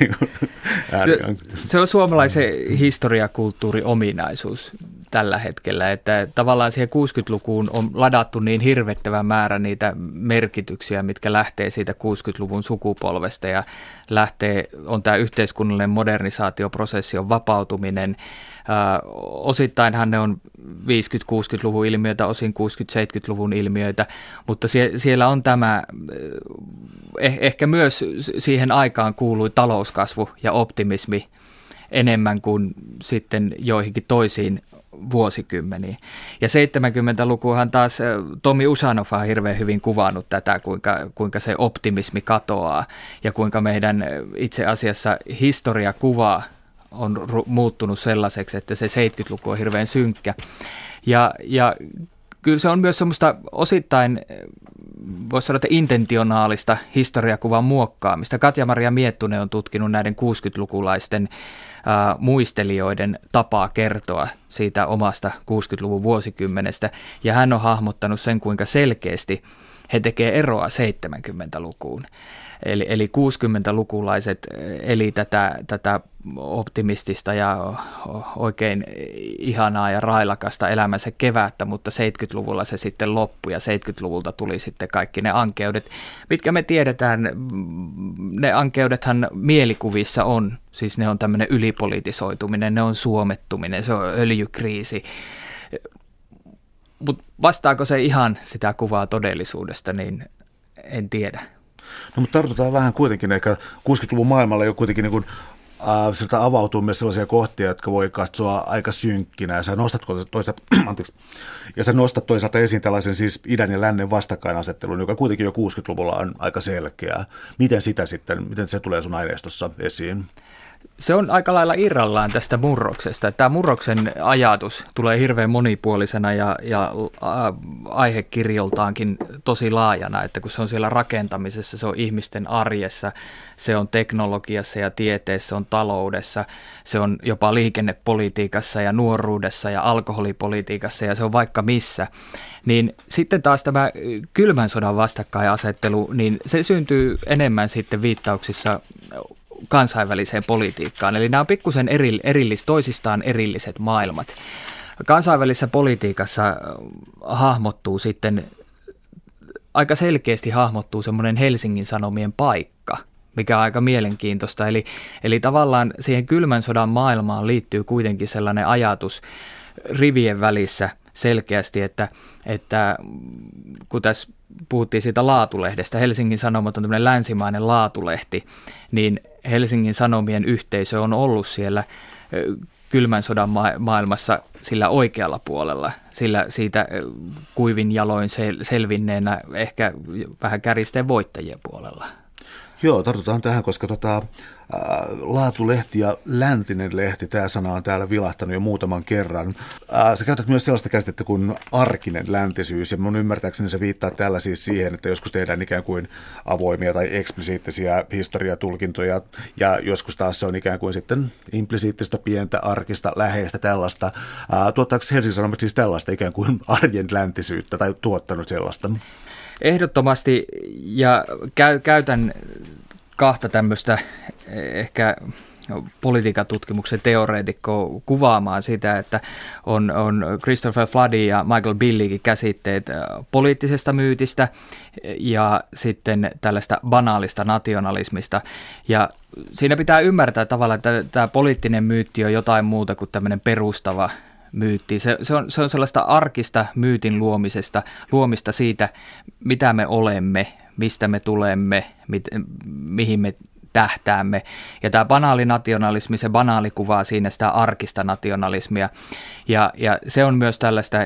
Se on suomalaisen historiakulttuurin ominaisuus tällä hetkellä, että tavallaan siihen 60-lukuun on ladattu niin hirvettävä määrä niitä merkityksiä, mitkä lähtee siitä 60-luvun sukupolvesta ja on tämä yhteiskunnallinen modernisaatioprosessi, on vapautuminen. Osittainhan ne on 50-60-luvun ilmiöitä, osin 60-70-luvun ilmiöitä, mutta siellä on tämä, ehkä myös siihen aikaan kuului talouskasvu ja optimismi enemmän kuin sitten joihinkin toisiin vuosikymmeniin. Ja 70-lukuhan taas Tomi Ushanov on hirveän hyvin kuvannut tätä, kuinka se optimismi katoaa ja kuinka meidän itse asiassa historiakuva on muuttunut sellaiseksi, että se 70-luku on hirveän synkkä. Ja kyllä se on myös semmoista osittain, voisi sanoa, että intentionaalista historiakuvan muokkaamista. Katja-Maria Miettunen on tutkinut näiden 60-lukulaisten muistelijoiden tapaa kertoa siitä omasta 60-luvun vuosikymmenestä, ja hän on hahmottanut sen, kuinka selkeästi he tekevät eroa 70-lukuun. Eli 60-lukulaiset eli tätä optimistista ja oikein ihanaa ja railakasta elämänsä kevättä, mutta 70-luvulla se sitten loppui ja 70-luvulta tuli sitten kaikki ne ankeudet, mitkä me tiedetään, ne ankeudethan mielikuvissa on, siis ne on tämmöinen ylipolitisoituminen, ne on suomettuminen, se on öljykriisi, mutta vastaako se ihan sitä kuvaa todellisuudesta, niin en tiedä. No, mutta tartutaan vähän kuitenkin, ehkä 60-luvun maailmalla jo kuitenkin sieltä avautuu myös sellaisia kohtia, jotka voi katsoa aika synkkinä, ja sä nostat toisaalta esiin tällaisen siis idän ja lännen vastakkainasettelun, joka kuitenkin jo 60-luvulla on aika selkeä. Miten se tulee sun aineistossa esiin? Se on aika lailla irrallaan tästä murroksesta. Tämä murroksen ajatus tulee hirveän monipuolisena ja aihekirjoltaankin tosi laajana, että kun se on siellä rakentamisessa, se on ihmisten arjessa, se on teknologiassa ja tieteessä, se on taloudessa, se on jopa liikennepolitiikassa ja nuoruudessa ja alkoholipolitiikassa ja se on vaikka missä. Niin sitten taas tämä kylmän sodan vastakkainasettelu, niin se syntyy enemmän sitten viittauksissa kansainväliseen politiikkaan. Eli nämä on pikkusen toisistaan erilliset maailmat. Kansainvälisessä politiikassa hahmottuu sitten, aika selkeästi hahmottuu semmoinen Helsingin Sanomien paikka, mikä on aika mielenkiintoista. Eli tavallaan siihen kylmän sodan maailmaan liittyy kuitenkin sellainen ajatus rivien välissä selkeästi, että kun tässä puhuttiin siitä laatulehdestä, Helsingin Sanomat on tämmöinen länsimainen laatulehti, niin Helsingin Sanomien yhteisö on ollut siellä kylmän sodan maailmassa sillä oikealla puolella, sillä siitä kuivin jaloin selvinneenä ehkä vähän kärjisteen voittajien puolella. Joo, tartutaan tähän, koska laatulehti ja läntinen lehti, tämä sana on täällä vilahtanut jo muutaman kerran. Sä käytät myös sellaista käsitettä kuin arkinen läntisyys, ja mun ymmärtääkseni se viittaa tällä siis siihen, että joskus tehdään ikään kuin avoimia tai eksplisiittisiä historiatulkintoja, ja joskus taas se on ikään kuin sitten implisiittistä, pientä, arkista, läheistä, tällaista. Tuottaako Helsingin Sanomat siis tällaista ikään kuin arjen läntisyyttä tai tuottanut sellaista? Ehdottomasti, ja käytän kahta tämmöistä ehkä politiikatutkimuksen teoreetikkoa kuvaamaan sitä, että on Christopher Floodin ja Michael Billikin käsitteet poliittisesta myytistä ja sitten tällaista banaalista nationalismista. Ja siinä pitää ymmärtää tavallaan, että tämä poliittinen myytti on jotain muuta kuin tämmöinen perustava myytti. Se on sellaista arkista myytin luomista siitä, mitä me olemme, mistä me tulemme, mihin me tähtäämme. Ja tämä banaali nationalismi, se banaali kuvaa siinä sitä arkista nationalismia. Ja se on myös tällaista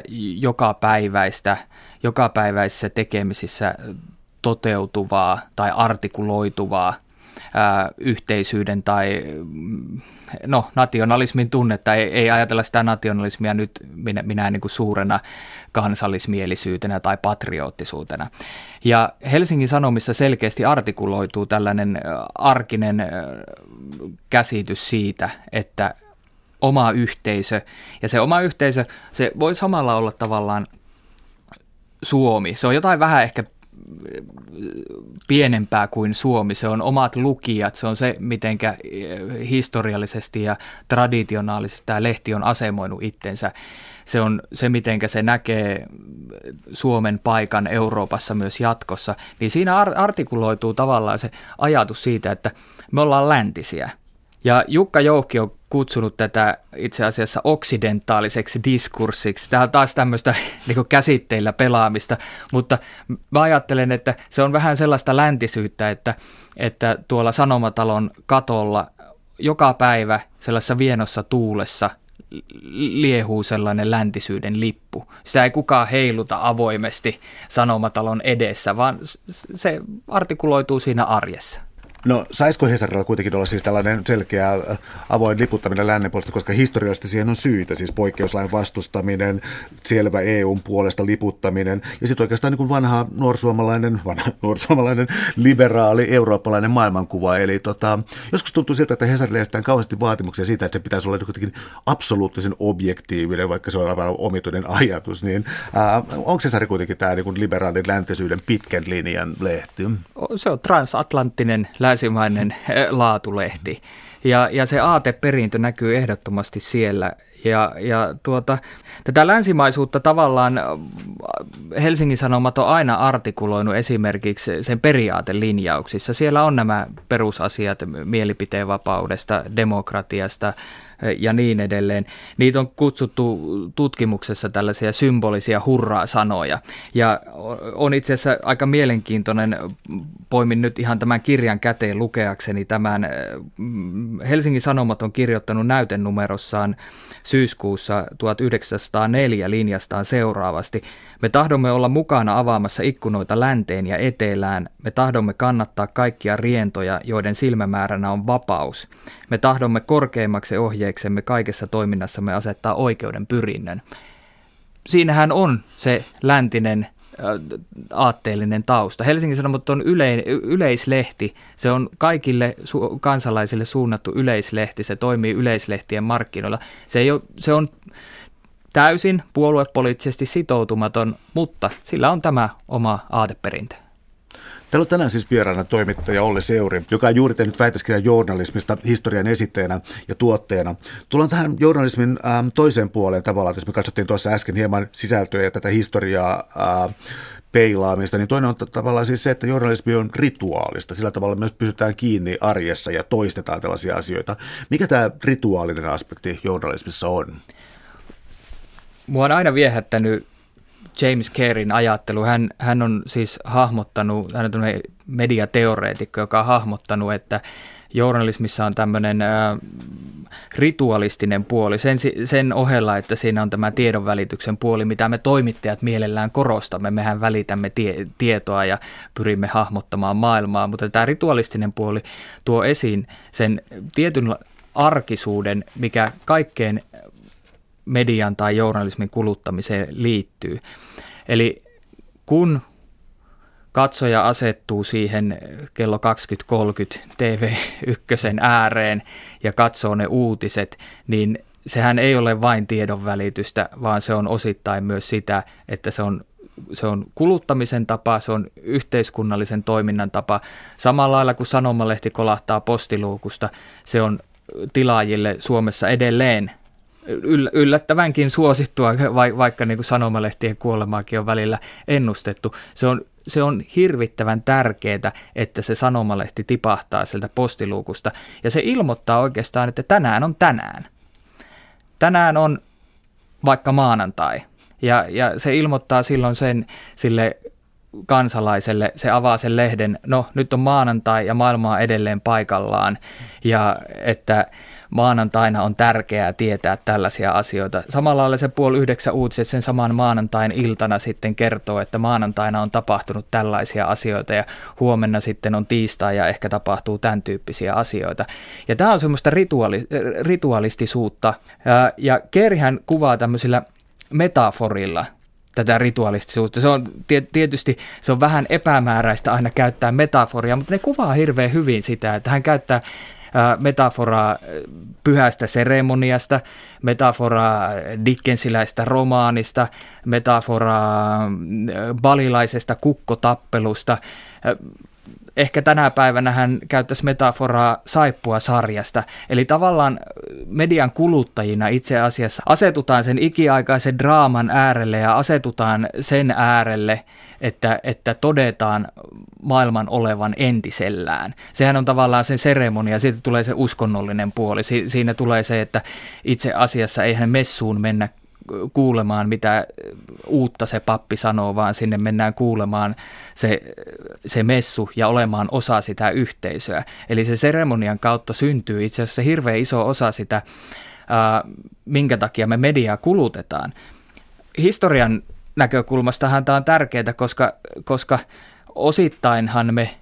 jokapäiväisissä tekemisissä toteutuvaa tai artikuloituvaa yhteisyyden tai nationalismin tunnetta. Ei ajatella sitä nationalismia nyt minä niin kuin suurena kansallismielisyytenä tai patriottisuutena. Ja Helsingin Sanomissa selkeästi artikuloituu tällainen arkinen käsitys siitä, että oma yhteisö, ja se oma yhteisö, se voi samalla olla tavallaan Suomi. Se on jotain vähän ehkä pienempää kuin Suomi. Se on omat lukijat, se on se, mitenkä historiallisesti ja traditionaalisesti tämä lehti on asemoinut itsensä. Se on se, mitenkä se näkee Suomen paikan Euroopassa myös jatkossa. Niin siinä artikuloituu tavallaan se ajatus siitä, että me ollaan läntisiä. Ja Jukka Jouhki on kutsunut tätä itse asiassa oksidentaaliseksi diskurssiksi. Tämä on taas tämmöistä niin käsitteillä pelaamista, mutta mä ajattelen, että se on vähän sellaista läntisyyttä, että tuolla Sanomatalon katolla joka päivä sellaisessa vienossa tuulessa liehuu sellainen läntisyyden lippu. Sitä ei kukaan heiluta avoimesti Sanomatalon edessä, vaan se artikuloituu siinä arjessa. No saisiko Hesarilla kuitenkin olla siis tällainen selkeä avoin liputtaminen lännen puolesta, koska historiallisesti siihen on syitä, siis poikkeuslain vastustaminen, selvä EUn puolesta liputtaminen ja sitten oikeastaan niin kuin vanha nuorsuomalainen liberaali eurooppalainen maailmankuva. Eli joskus tuntuu siltä, että Hesarille esitetään kauheasti vaatimuksia siitä, että se pitäisi olla kuitenkin absoluuttisen objektiivinen, vaikka se on aivan omituinen ajatus. Niin, onko Hesari kuitenkin tämä niin kuin liberaalin läntisyyden pitkän linjan lehti? Se on transatlanttinen länsimainen laatulehti. Ja se aateperintö näkyy ehdottomasti siellä. Ja tätä länsimaisuutta tavallaan Helsingin Sanomat on aina artikuloinut esimerkiksi sen periaatelinjauksissa. Siellä on nämä perusasiat mielipiteenvapaudesta, demokratiasta, ja niin edelleen. Niitä on kutsuttu tutkimuksessa tällaisia symbolisia hurraa-sanoja. Ja on itse asiassa aika mielenkiintoinen, poimin nyt ihan tämän kirjan käteen lukeakseni tämän. Helsingin Sanomat on kirjoittanut näytenumerossaan syyskuussa 1904 linjastaan seuraavasti. Me tahdomme olla mukana avaamassa ikkunoita länteen ja etelään. Me tahdomme kannattaa kaikkia rientoja, joiden silmämääränä on vapaus. Me tahdomme korkeimmaksi ohjeeksemme kaikessa toiminnassamme asettaa oikeuden pyrinnön. Siinähän on se läntinen aatteellinen tausta. Helsingin Sanomat on yleislehti. Se on kaikille kansalaisille suunnattu yleislehti. Se toimii yleislehtien markkinoilla. Se on täysin puoluepoliittisesti sitoutumaton, mutta sillä on tämä oma aateperintö. Täällä on tänään siis vieraana toimittaja Olli Seuri, joka on juuri tehnyt väitöskirjan journalismista historian esittäjänä ja tuotteena. Tullaan tähän journalismin toiseen puoleen tavallaan, jos me katsottiin tuossa äsken hieman sisältöä ja tätä historiaa peilaamista, niin toinen on tavallaan siis se, että journalismi on rituaalista. Sillä tavalla myös pysytään kiinni arjessa ja toistetaan tällaisia asioita. Mikä tämä rituaalinen aspekti journalismissa on? Mua on aina viehättänyt James Cairn ajattelu. Hän on siis hahmottanut, hän on tämmöinen mediateoreetikko, joka on hahmottanut, että journalismissa on tämmöinen ritualistinen puoli sen ohella, että siinä on tämä tiedonvälityksen puoli, mitä me toimittajat mielellään korostamme. Mehän välitämme tietoa ja pyrimme hahmottamaan maailmaa, mutta tämä ritualistinen puoli tuo esiin sen tietyn arkisuuden, mikä kaikkeen median tai journalismin kuluttamiseen liittyy. Eli kun katsoja asettuu siihen kello 20.30 TV1 ääreen ja katsoo ne uutiset, niin sehän ei ole vain tiedonvälitystä, vaan se on osittain myös sitä, että se on kuluttamisen tapa, se on yhteiskunnallisen toiminnan tapa. Samalla lailla kuin sanomalehti kolahtaa postiluukusta, se on tilaajille Suomessa edelleen yllättävänkin suosittua, vaikka niin kuin sanomalehtien kuolemaakin on välillä ennustettu. Se on hirvittävän tärkeää, että se sanomalehti tipahtaa sieltä postiluukusta. Ja se ilmoittaa oikeastaan, että tänään on tänään. Tänään on vaikka maanantai. Ja se ilmoittaa silloin sen sille kansalaiselle, se avaa sen lehden, no nyt on maanantai ja maailma on edelleen paikallaan. Ja että maanantaina on tärkeää tietää tällaisia asioita. Samalla lailla se 8:30 uutiset sen saman maanantain iltana sitten kertoo, että maanantaina on tapahtunut tällaisia asioita ja huomenna sitten on tiistai ja ehkä tapahtuu tämän tyyppisiä asioita. Ja tämä on semmoista ritualistisuutta ja Cairnhän kuvaa tämmöisillä metaforilla tätä ritualistisuutta. Se on tietysti se on vähän epämääräistä aina käyttää metaforia, mutta ne kuvaa hirveän hyvin sitä, että hän käyttää metaforaa pyhästä seremoniasta, metaforaa dickensiläistä romaanista, metaforaa balilaisesta kukkotappelusta. Ehkä tänä päivänä hän käyttäisi metaforaa saippua-sarjasta. Eli tavallaan median kuluttajina itse asiassa asetutaan sen ikiaikaisen draaman äärelle ja asetutaan sen äärelle, että todetaan maailman olevan entisellään. Sehän on tavallaan sen seremonia, siitä tulee se uskonnollinen puoli. Siinä tulee se, että itse asiassa eihän messuun mennä kuulemaan, mitä uutta se pappi sanoo, vaan sinne mennään kuulemaan se messu ja olemaan osa sitä yhteisöä. Eli se seremonian kautta syntyy itse asiassa hirveän iso osa sitä, minkä takia me mediaa kulutetaan. Historian näkökulmastahan tämä on tärkeää, koska osittainhan me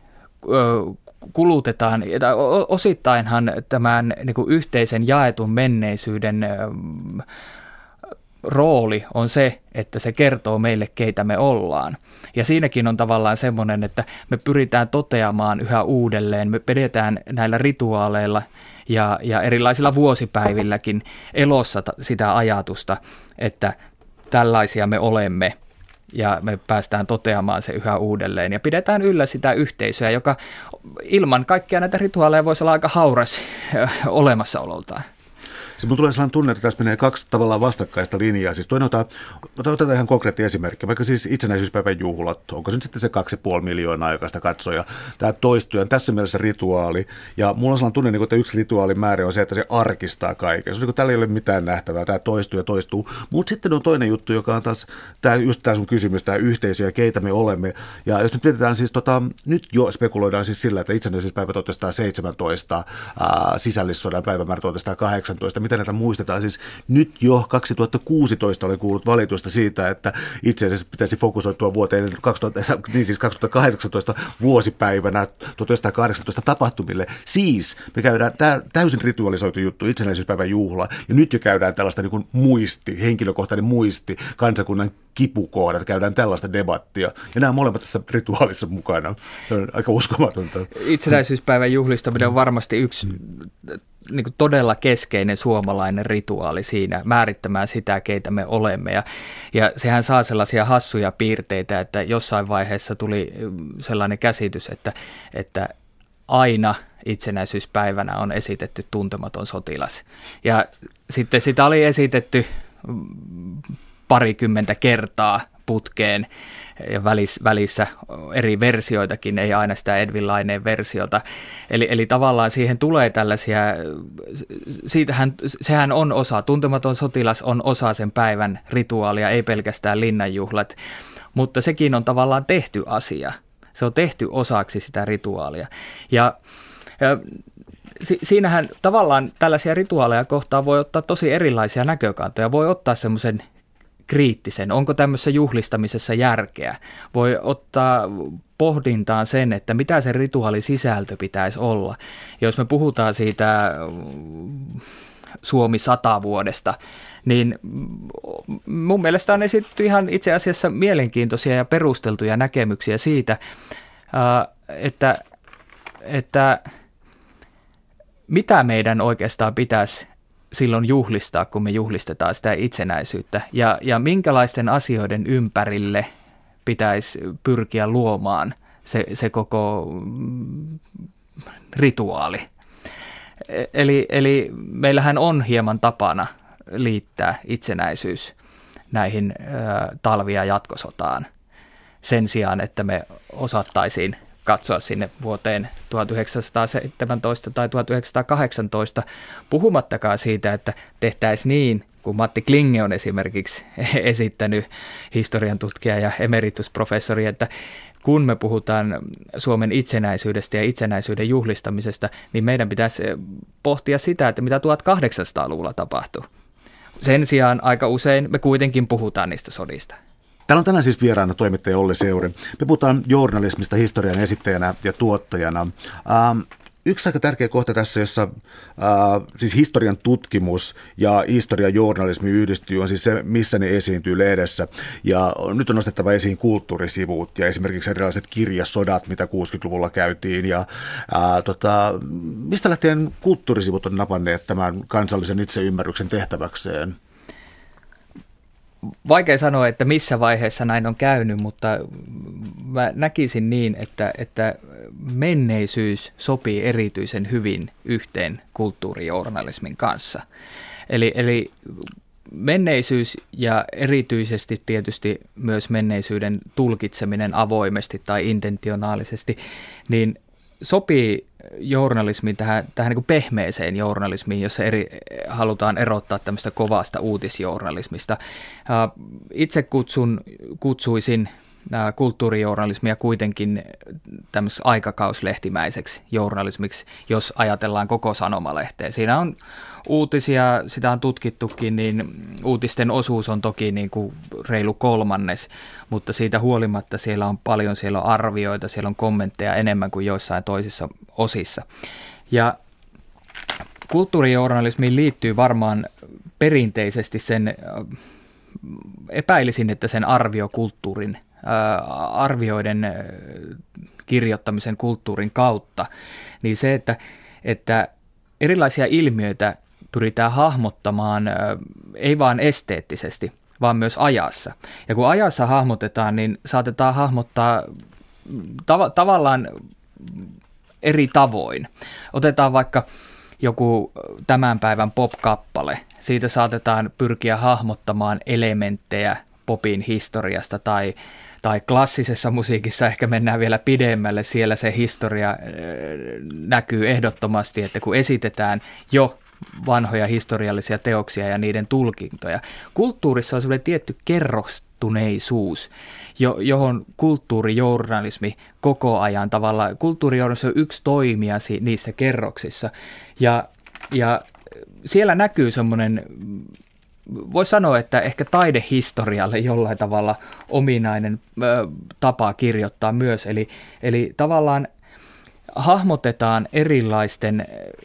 kulutetaan, osittainhan tämän niin kuin yhteisen jaetun menneisyyden rooli on se, että se kertoo meille, keitä me ollaan. Ja siinäkin on tavallaan semmoinen, että me pyritään toteamaan yhä uudelleen, me pidetään näillä rituaaleilla ja erilaisilla vuosipäivilläkin elossa sitä ajatusta, että tällaisia me olemme ja me päästään toteamaan se yhä uudelleen ja pidetään yllä sitä yhteisöä, joka ilman kaikkia näitä rituaaleja voisi olla aika hauras olemassaololtaan. Siis mun tulee sellainen tunne, että tässä menee kaksi tavallaan vastakkaista linjaa. Siis toinen otetaan ihan konkreettinen esimerkki, vaikka siis itsenäisyyspäivän juhlat, onko se nyt sitten se 2,5 miljoonaa jokaista katsoja. Tämä toistuu on tässä mielessä rituaali, ja mulla on sellainen tunne, että yksi rituaalin määrä on se, että se arkistaa kaiken. Se on tällä ei ole mitään nähtävää, tämä toistuu ja toistuu. Mutta sitten on toinen juttu, joka on taas just tämä sun kysymys, tämä yhteisö ja keitä me olemme. Ja jos nyt mietitään siis, nyt jo spekuloidaan siis sillä, että itsenäisyyspäivä 1917, sisällissodan päivämäärä 1918, mitä näitä muistetaan. Siis nyt jo 2016 olen kuullut valitusta siitä, että itse asiassa pitäisi fokusoitua vuoteen 2018 vuosipäivänä 1918 tapahtumille. Siis me käydään täysin ritualisoitu juttu, itsenäisyyspäivän juhla, ja nyt jo käydään tällaista niin kuin henkilökohtainen muisti, kansakunnan kipukohdat, käydään tällaista debattia, ja nämä molemmat tässä rituaalissa mukana. Se on aika uskomatonta. Itsenäisyyspäivän juhlistaminen on varmasti yksi niin kuin todella keskeinen suomalainen rituaali siinä, määrittämään sitä, keitä me olemme. Ja sehän saa sellaisia hassuja piirteitä, että jossain vaiheessa tuli sellainen käsitys, että aina itsenäisyyspäivänä on esitetty tuntematon sotilas. Ja sitten sitä oli esitetty parikymmentä kertaa putkeen ja välissä eri versioitakin, ei aina sitä Edwin Laineen versiota. Eli tavallaan siihen tulee tällaisia, sehän on osa, tuntematon sotilas on osa sen päivän rituaalia, ei pelkästään linnanjuhlat, mutta sekin on tavallaan tehty asia. Se on tehty osaksi sitä rituaalia. Ja siinähän tavallaan tällaisia rituaaleja kohtaan voi ottaa tosi erilaisia näkökantoja. Voi ottaa semmoisen kriittisen, onko tämmöisessä juhlistamisessa järkeä. Voi ottaa pohdintaan sen, että mitä se rituaalisisältö pitäisi olla. Jos me puhutaan siitä Suomi 100-vuodesta, niin mun mielestä on esitetty ihan itse asiassa mielenkiintoisia ja perusteltuja näkemyksiä siitä, että mitä meidän oikeastaan pitäisi silloin juhlistaa, kun me juhlistetaan sitä itsenäisyyttä, ja minkälaisten asioiden ympärille pitäisi pyrkiä luomaan se koko rituaali. Eli meillähän on hieman tapana liittää itsenäisyys näihin talvi- ja jatkosotaan sen sijaan, että me osattaisiin katsoa sinne vuoteen 1917 tai 1918, puhumattakaan siitä, että tehtäisiin niin, kun Matti Klinge on esimerkiksi esittänyt, historian tutkija ja emeritusprofessori, että kun me puhutaan Suomen itsenäisyydestä ja itsenäisyyden juhlistamisesta, niin meidän pitäisi pohtia sitä, että mitä 1800-luvulla tapahtui. Sen sijaan aika usein me kuitenkin puhutaan niistä sodista. Täällä on tänään siis vieraana toimittaja Olli Seuri. Me puhutaan journalismista historian esittäjänä ja tuottajana. Yksi aika tärkeä kohta tässä, jossa siis historian tutkimus ja historian journalismi yhdistyy, on siis se, missä ne esiintyy lehdessä. Ja nyt on nostettava esiin kulttuurisivut ja esimerkiksi erilaiset kirjasodat, mitä 60-luvulla käytiin. Ja mistä lähtien kulttuurisivut on napanneet tämän kansallisen itseymmärryksen tehtäväkseen? Vaikea sanoa, että missä vaiheessa näin on käynyt, mutta mä näkisin niin, että menneisyys sopii erityisen hyvin yhteen kulttuurijournalismin kanssa. Eli menneisyys ja erityisesti tietysti myös menneisyyden tulkitseminen avoimesti tai intentionaalisesti, niin sopii journalismiin tähän niin kuin pehmeeseen journalismiin, jossa halutaan erottaa tämmöistä kovasta uutisjournalismista. Itse kutsuisin kulttuurijournalismia kuitenkin tämmöiseksi aikakauslehtimäiseksi journalismiksi, jos ajatellaan koko sanomalehteä. Siinä on uutisia, sitä on tutkittukin, niin uutisten osuus on toki niin kuin reilu kolmannes, mutta siitä huolimatta siellä on paljon, siellä on arvioita, siellä on kommentteja enemmän kuin joissain toisissa osissa. Ja kulttuurijournalismiin liittyy varmaan perinteisesti epäilisin, että sen arviokulttuurin, arvioiden kirjoittamisen kulttuurin kautta, niin se, että erilaisia ilmiöitä pyritään hahmottamaan ei vain esteettisesti, vaan myös ajassa. Ja kun ajassa hahmotetaan, niin saatetaan hahmottaa tavallaan eri tavoin. Otetaan vaikka joku tämän päivän pop-kappale. Siitä saatetaan pyrkiä hahmottamaan elementtejä popin historiasta tai klassisessa musiikissa ehkä mennään vielä pidemmälle. Siellä se historia näkyy ehdottomasti, että kun esitetään jo vanhoja historiallisia teoksia ja niiden tulkintoja. Kulttuurissa on sellainen tietty kerrostuneisuus, johon kulttuurijournalismi koko ajan tavallaan, kulttuurijournalismi on yksi toimija niissä kerroksissa. Ja siellä näkyy semmoinen, voi sanoa, että ehkä taidehistorialle jollain tavalla ominainen tapa kirjoittaa myös. Eli tavallaan hahmotetaan erilaisten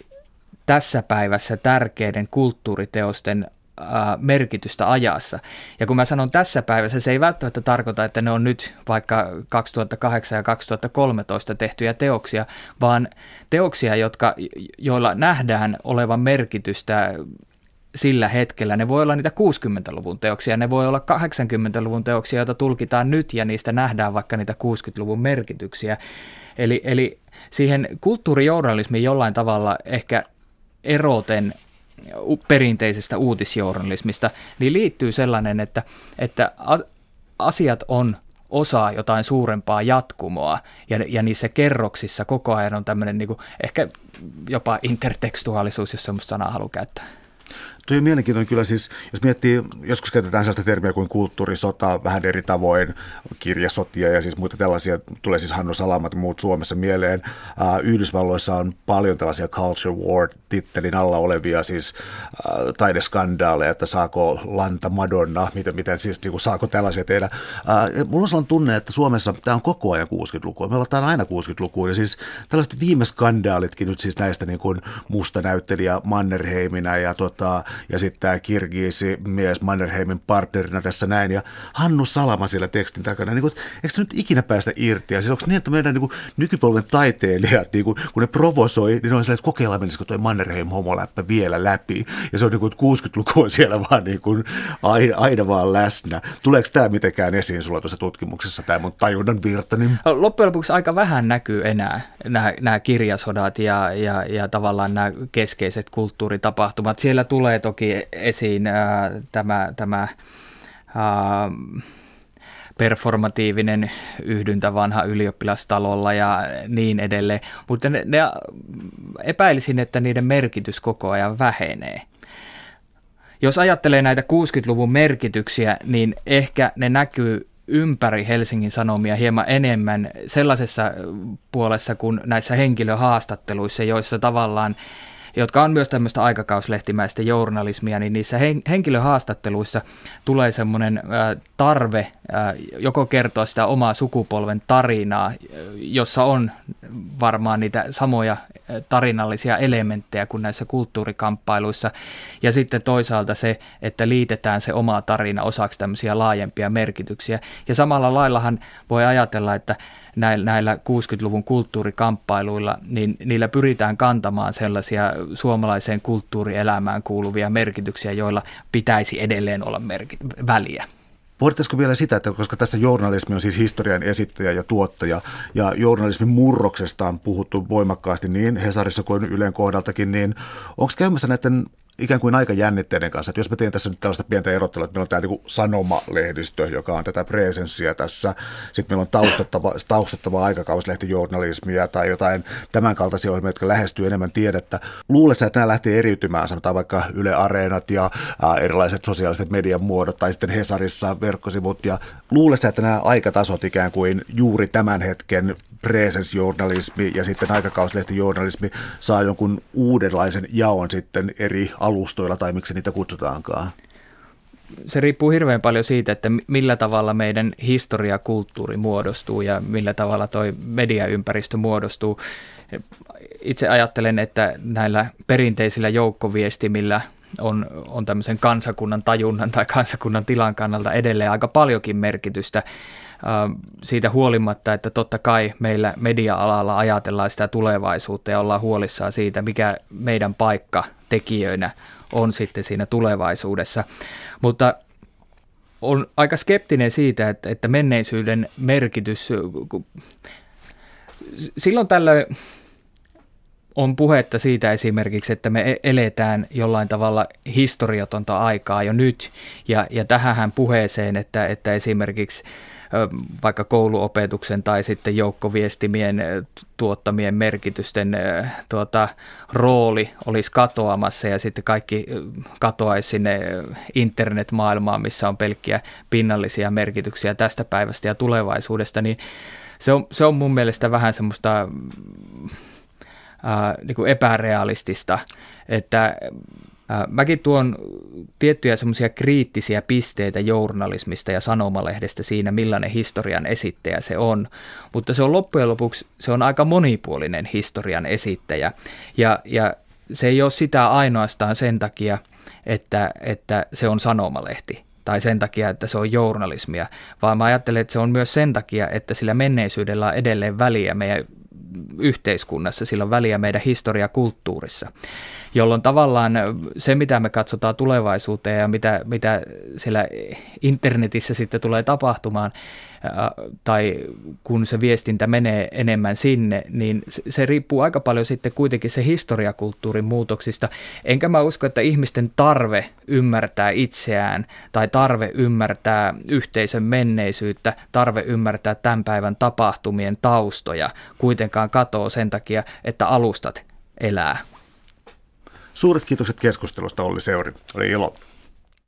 tässä päivässä tärkeiden kulttuuriteosten merkitystä ajassa. Ja kun mä sanon tässä päivässä, se ei välttämättä tarkoita, että ne on nyt vaikka 2008 ja 2013 tehtyjä teoksia, vaan teoksia, joilla nähdään olevan merkitystä sillä hetkellä. Ne voi olla niitä 60-luvun teoksia, ne voi olla 80-luvun teoksia, joita tulkitaan nyt ja niistä nähdään vaikka niitä 60-luvun merkityksiä. Eli siihen kulttuurijournalismiin jollain tavalla ehkä eroten perinteisestä uutisjournalismista, niin liittyy sellainen, että asiat on osa jotain suurempaa jatkumoa ja niissä kerroksissa koko ajan on tämmöinen niin kuin ehkä jopa intertekstuaalisuus, jos semmoista sanaa haluaa käyttää. Tuo on mielenkiintoinen kyllä siis, jos miettii, joskus käytetään sellaista termiä kuin kulttuurisota vähän eri tavoin, kirjasotia ja siis muita tällaisia, tulee siis Hannu Salamat ja muut Suomessa mieleen. Yhdysvalloissa on paljon tällaisia culture war-tittelin alla olevia siis taideskandaaleja, että saako Lanta Madonna, miten siis niin kuin, saako tällaisia tehdä. Mulla on sellainen tunne, että Suomessa tämä on koko ajan 60-lukua, me ollaan aina 60-lukua ja siis tällaiset viime skandaalitkin nyt siis näistä niin kuin mustanäyttelijä Mannerheiminä ja sitten tämä kirgiisi mies Mannerheimin partnerina tässä näin, ja Hannu Salama siellä tekstin takana. Niin kuin, eikö se nyt ikinä päästä irti? Ja siis onko niin, että meidän niin kuin, nykypolven taiteilijat, niin kuin, kun ne provosoi, niin ne on sellainen, että kokeillaan menisikö tuo Mannerheim-homoläppä vielä läpi. Ja se on niin kuin, 60-luku on siellä vaan niin kuin, aina vaan läsnä. Tuleeko tämä mitenkään esiin sulla tuossa tutkimuksessa, tämä mun tajunnan virta? Niin... Loppujen lopuksi aika vähän näkyy enää nämä kirjasodat ja tavallaan nämä keskeiset kulttuuritapahtumat. Siellä tulee toki esiin tämä performatiivinen yhdyntä vanha ylioppilastalolla ja niin edelleen, mutta ne epäilisin, että niiden merkitys koko ajan vähenee. Jos ajattelee näitä 60-luvun merkityksiä, niin ehkä ne näkyy ympäri Helsingin Sanomia hieman enemmän sellaisessa puolessa kuin näissä henkilöhaastatteluissa, joissa tavallaan jotka on myös tämmöistä aikakauslehtimäistä journalismia, niin niissä henkilöhaastatteluissa tulee semmoinen tarve joko kertoa sitä omaa sukupolven tarinaa, jossa on varmaan niitä samoja tarinallisia elementtejä kuin näissä kulttuurikamppailuissa, ja sitten toisaalta se, että liitetään se oma tarina osaksi tämmöisiä laajempia merkityksiä. Ja samalla laillahan voi ajatella, että näillä 60-luvun kulttuurikamppailuilla, niin niillä pyritään kantamaan sellaisia suomalaiseen kulttuurielämään kuuluvia merkityksiä, joilla pitäisi edelleen olla väliä. Pohdittaisiko vielä sitä, että koska tässä journalismi on siis historian esittäjä ja tuottaja, ja journalismin murroksesta on puhuttu voimakkaasti niin Hesarissa kuin Ylen kohdaltakin, niin onko käymässä näiden ikään kuin aikajännitteiden kanssa, että jos mä teen tässä nyt tällaista pientä erottelua, että meillä on tämä niin Sanoma-lehdistö, joka on tätä presenssiä tässä, sitten meillä on taustattavaa aikakauslehtijornalismia tai jotain tämän kaltaisia ohjelmia, jotka lähestyy enemmän tiedettä. Luuletko, että nämä lähtee eriytymään, sanotaan vaikka Yle Areenat ja erilaiset sosiaaliset median muodot tai sitten Hesarissa verkkosivut, ja luuletko, että nämä aikatasot ikään kuin juuri tämän hetken presensjournalismi ja sitten aikakauslehtijornalismi saa jonkun uudenlaisen jaon sitten eri alustoilla tai miksi niitä kutsutaankaan? Se riippuu hirveän paljon siitä, että millä tavalla meidän historiakulttuuri muodostuu ja millä tavalla toi mediaympäristö muodostuu. Itse ajattelen, että näillä perinteisillä joukkoviestimillä on tämmöisen kansakunnan tajunnan tai kansakunnan tilan kannalta edelleen aika paljonkin merkitystä. Siitä huolimatta, että totta kai meillä media-alalla ajatellaan sitä tulevaisuutta ja ollaan huolissaan siitä, mikä meidän paikka tekijöinä on sitten siinä tulevaisuudessa. Mutta on aika skeptinen siitä, että menneisyyden merkitys, silloin tällöin on puhetta siitä esimerkiksi, että me eletään jollain tavalla historiatonta aikaa jo nyt, ja tähän puheeseen, että esimerkiksi vaikka kouluopetuksen tai sitten joukkoviestimien tuottamien merkitysten rooli olisi katoamassa ja sitten kaikki katoaisi sinne internetmaailmaan, missä on pelkkiä pinnallisia merkityksiä tästä päivästä ja tulevaisuudesta, niin se on mun mielestä vähän semmoista niin kuin epärealistista, että mäkin tuon tiettyjä semmoisia kriittisiä pisteitä journalismista ja sanomalehdestä siinä, millainen historian esittäjä se on, mutta se on loppujen lopuksi se on aika monipuolinen historian esittäjä ja se ei ole sitä ainoastaan sen takia, että se on sanomalehti tai sen takia, että se on journalismia, vaan mä ajattelen, että se on myös sen takia, että sillä menneisyydellä on edelleen väliä meidän yhteiskunnassa, sillä on väliä meidän historiakulttuurissa, jolloin tavallaan se, mitä me katsotaan tulevaisuuteen ja mitä siellä internetissä sitten tulee tapahtumaan, tai kun se viestintä menee enemmän sinne, niin se riippuu aika paljon sitten kuitenkin se historiakulttuurin muutoksista. Enkä mä usko, että ihmisten tarve ymmärtää itseään tai tarve ymmärtää yhteisön menneisyyttä, tarve ymmärtää tämän päivän tapahtumien taustoja kuitenkaan katoo sen takia, että alustat elää. Suuret kiitokset keskustelusta, Olli Seuri. Oli ilo.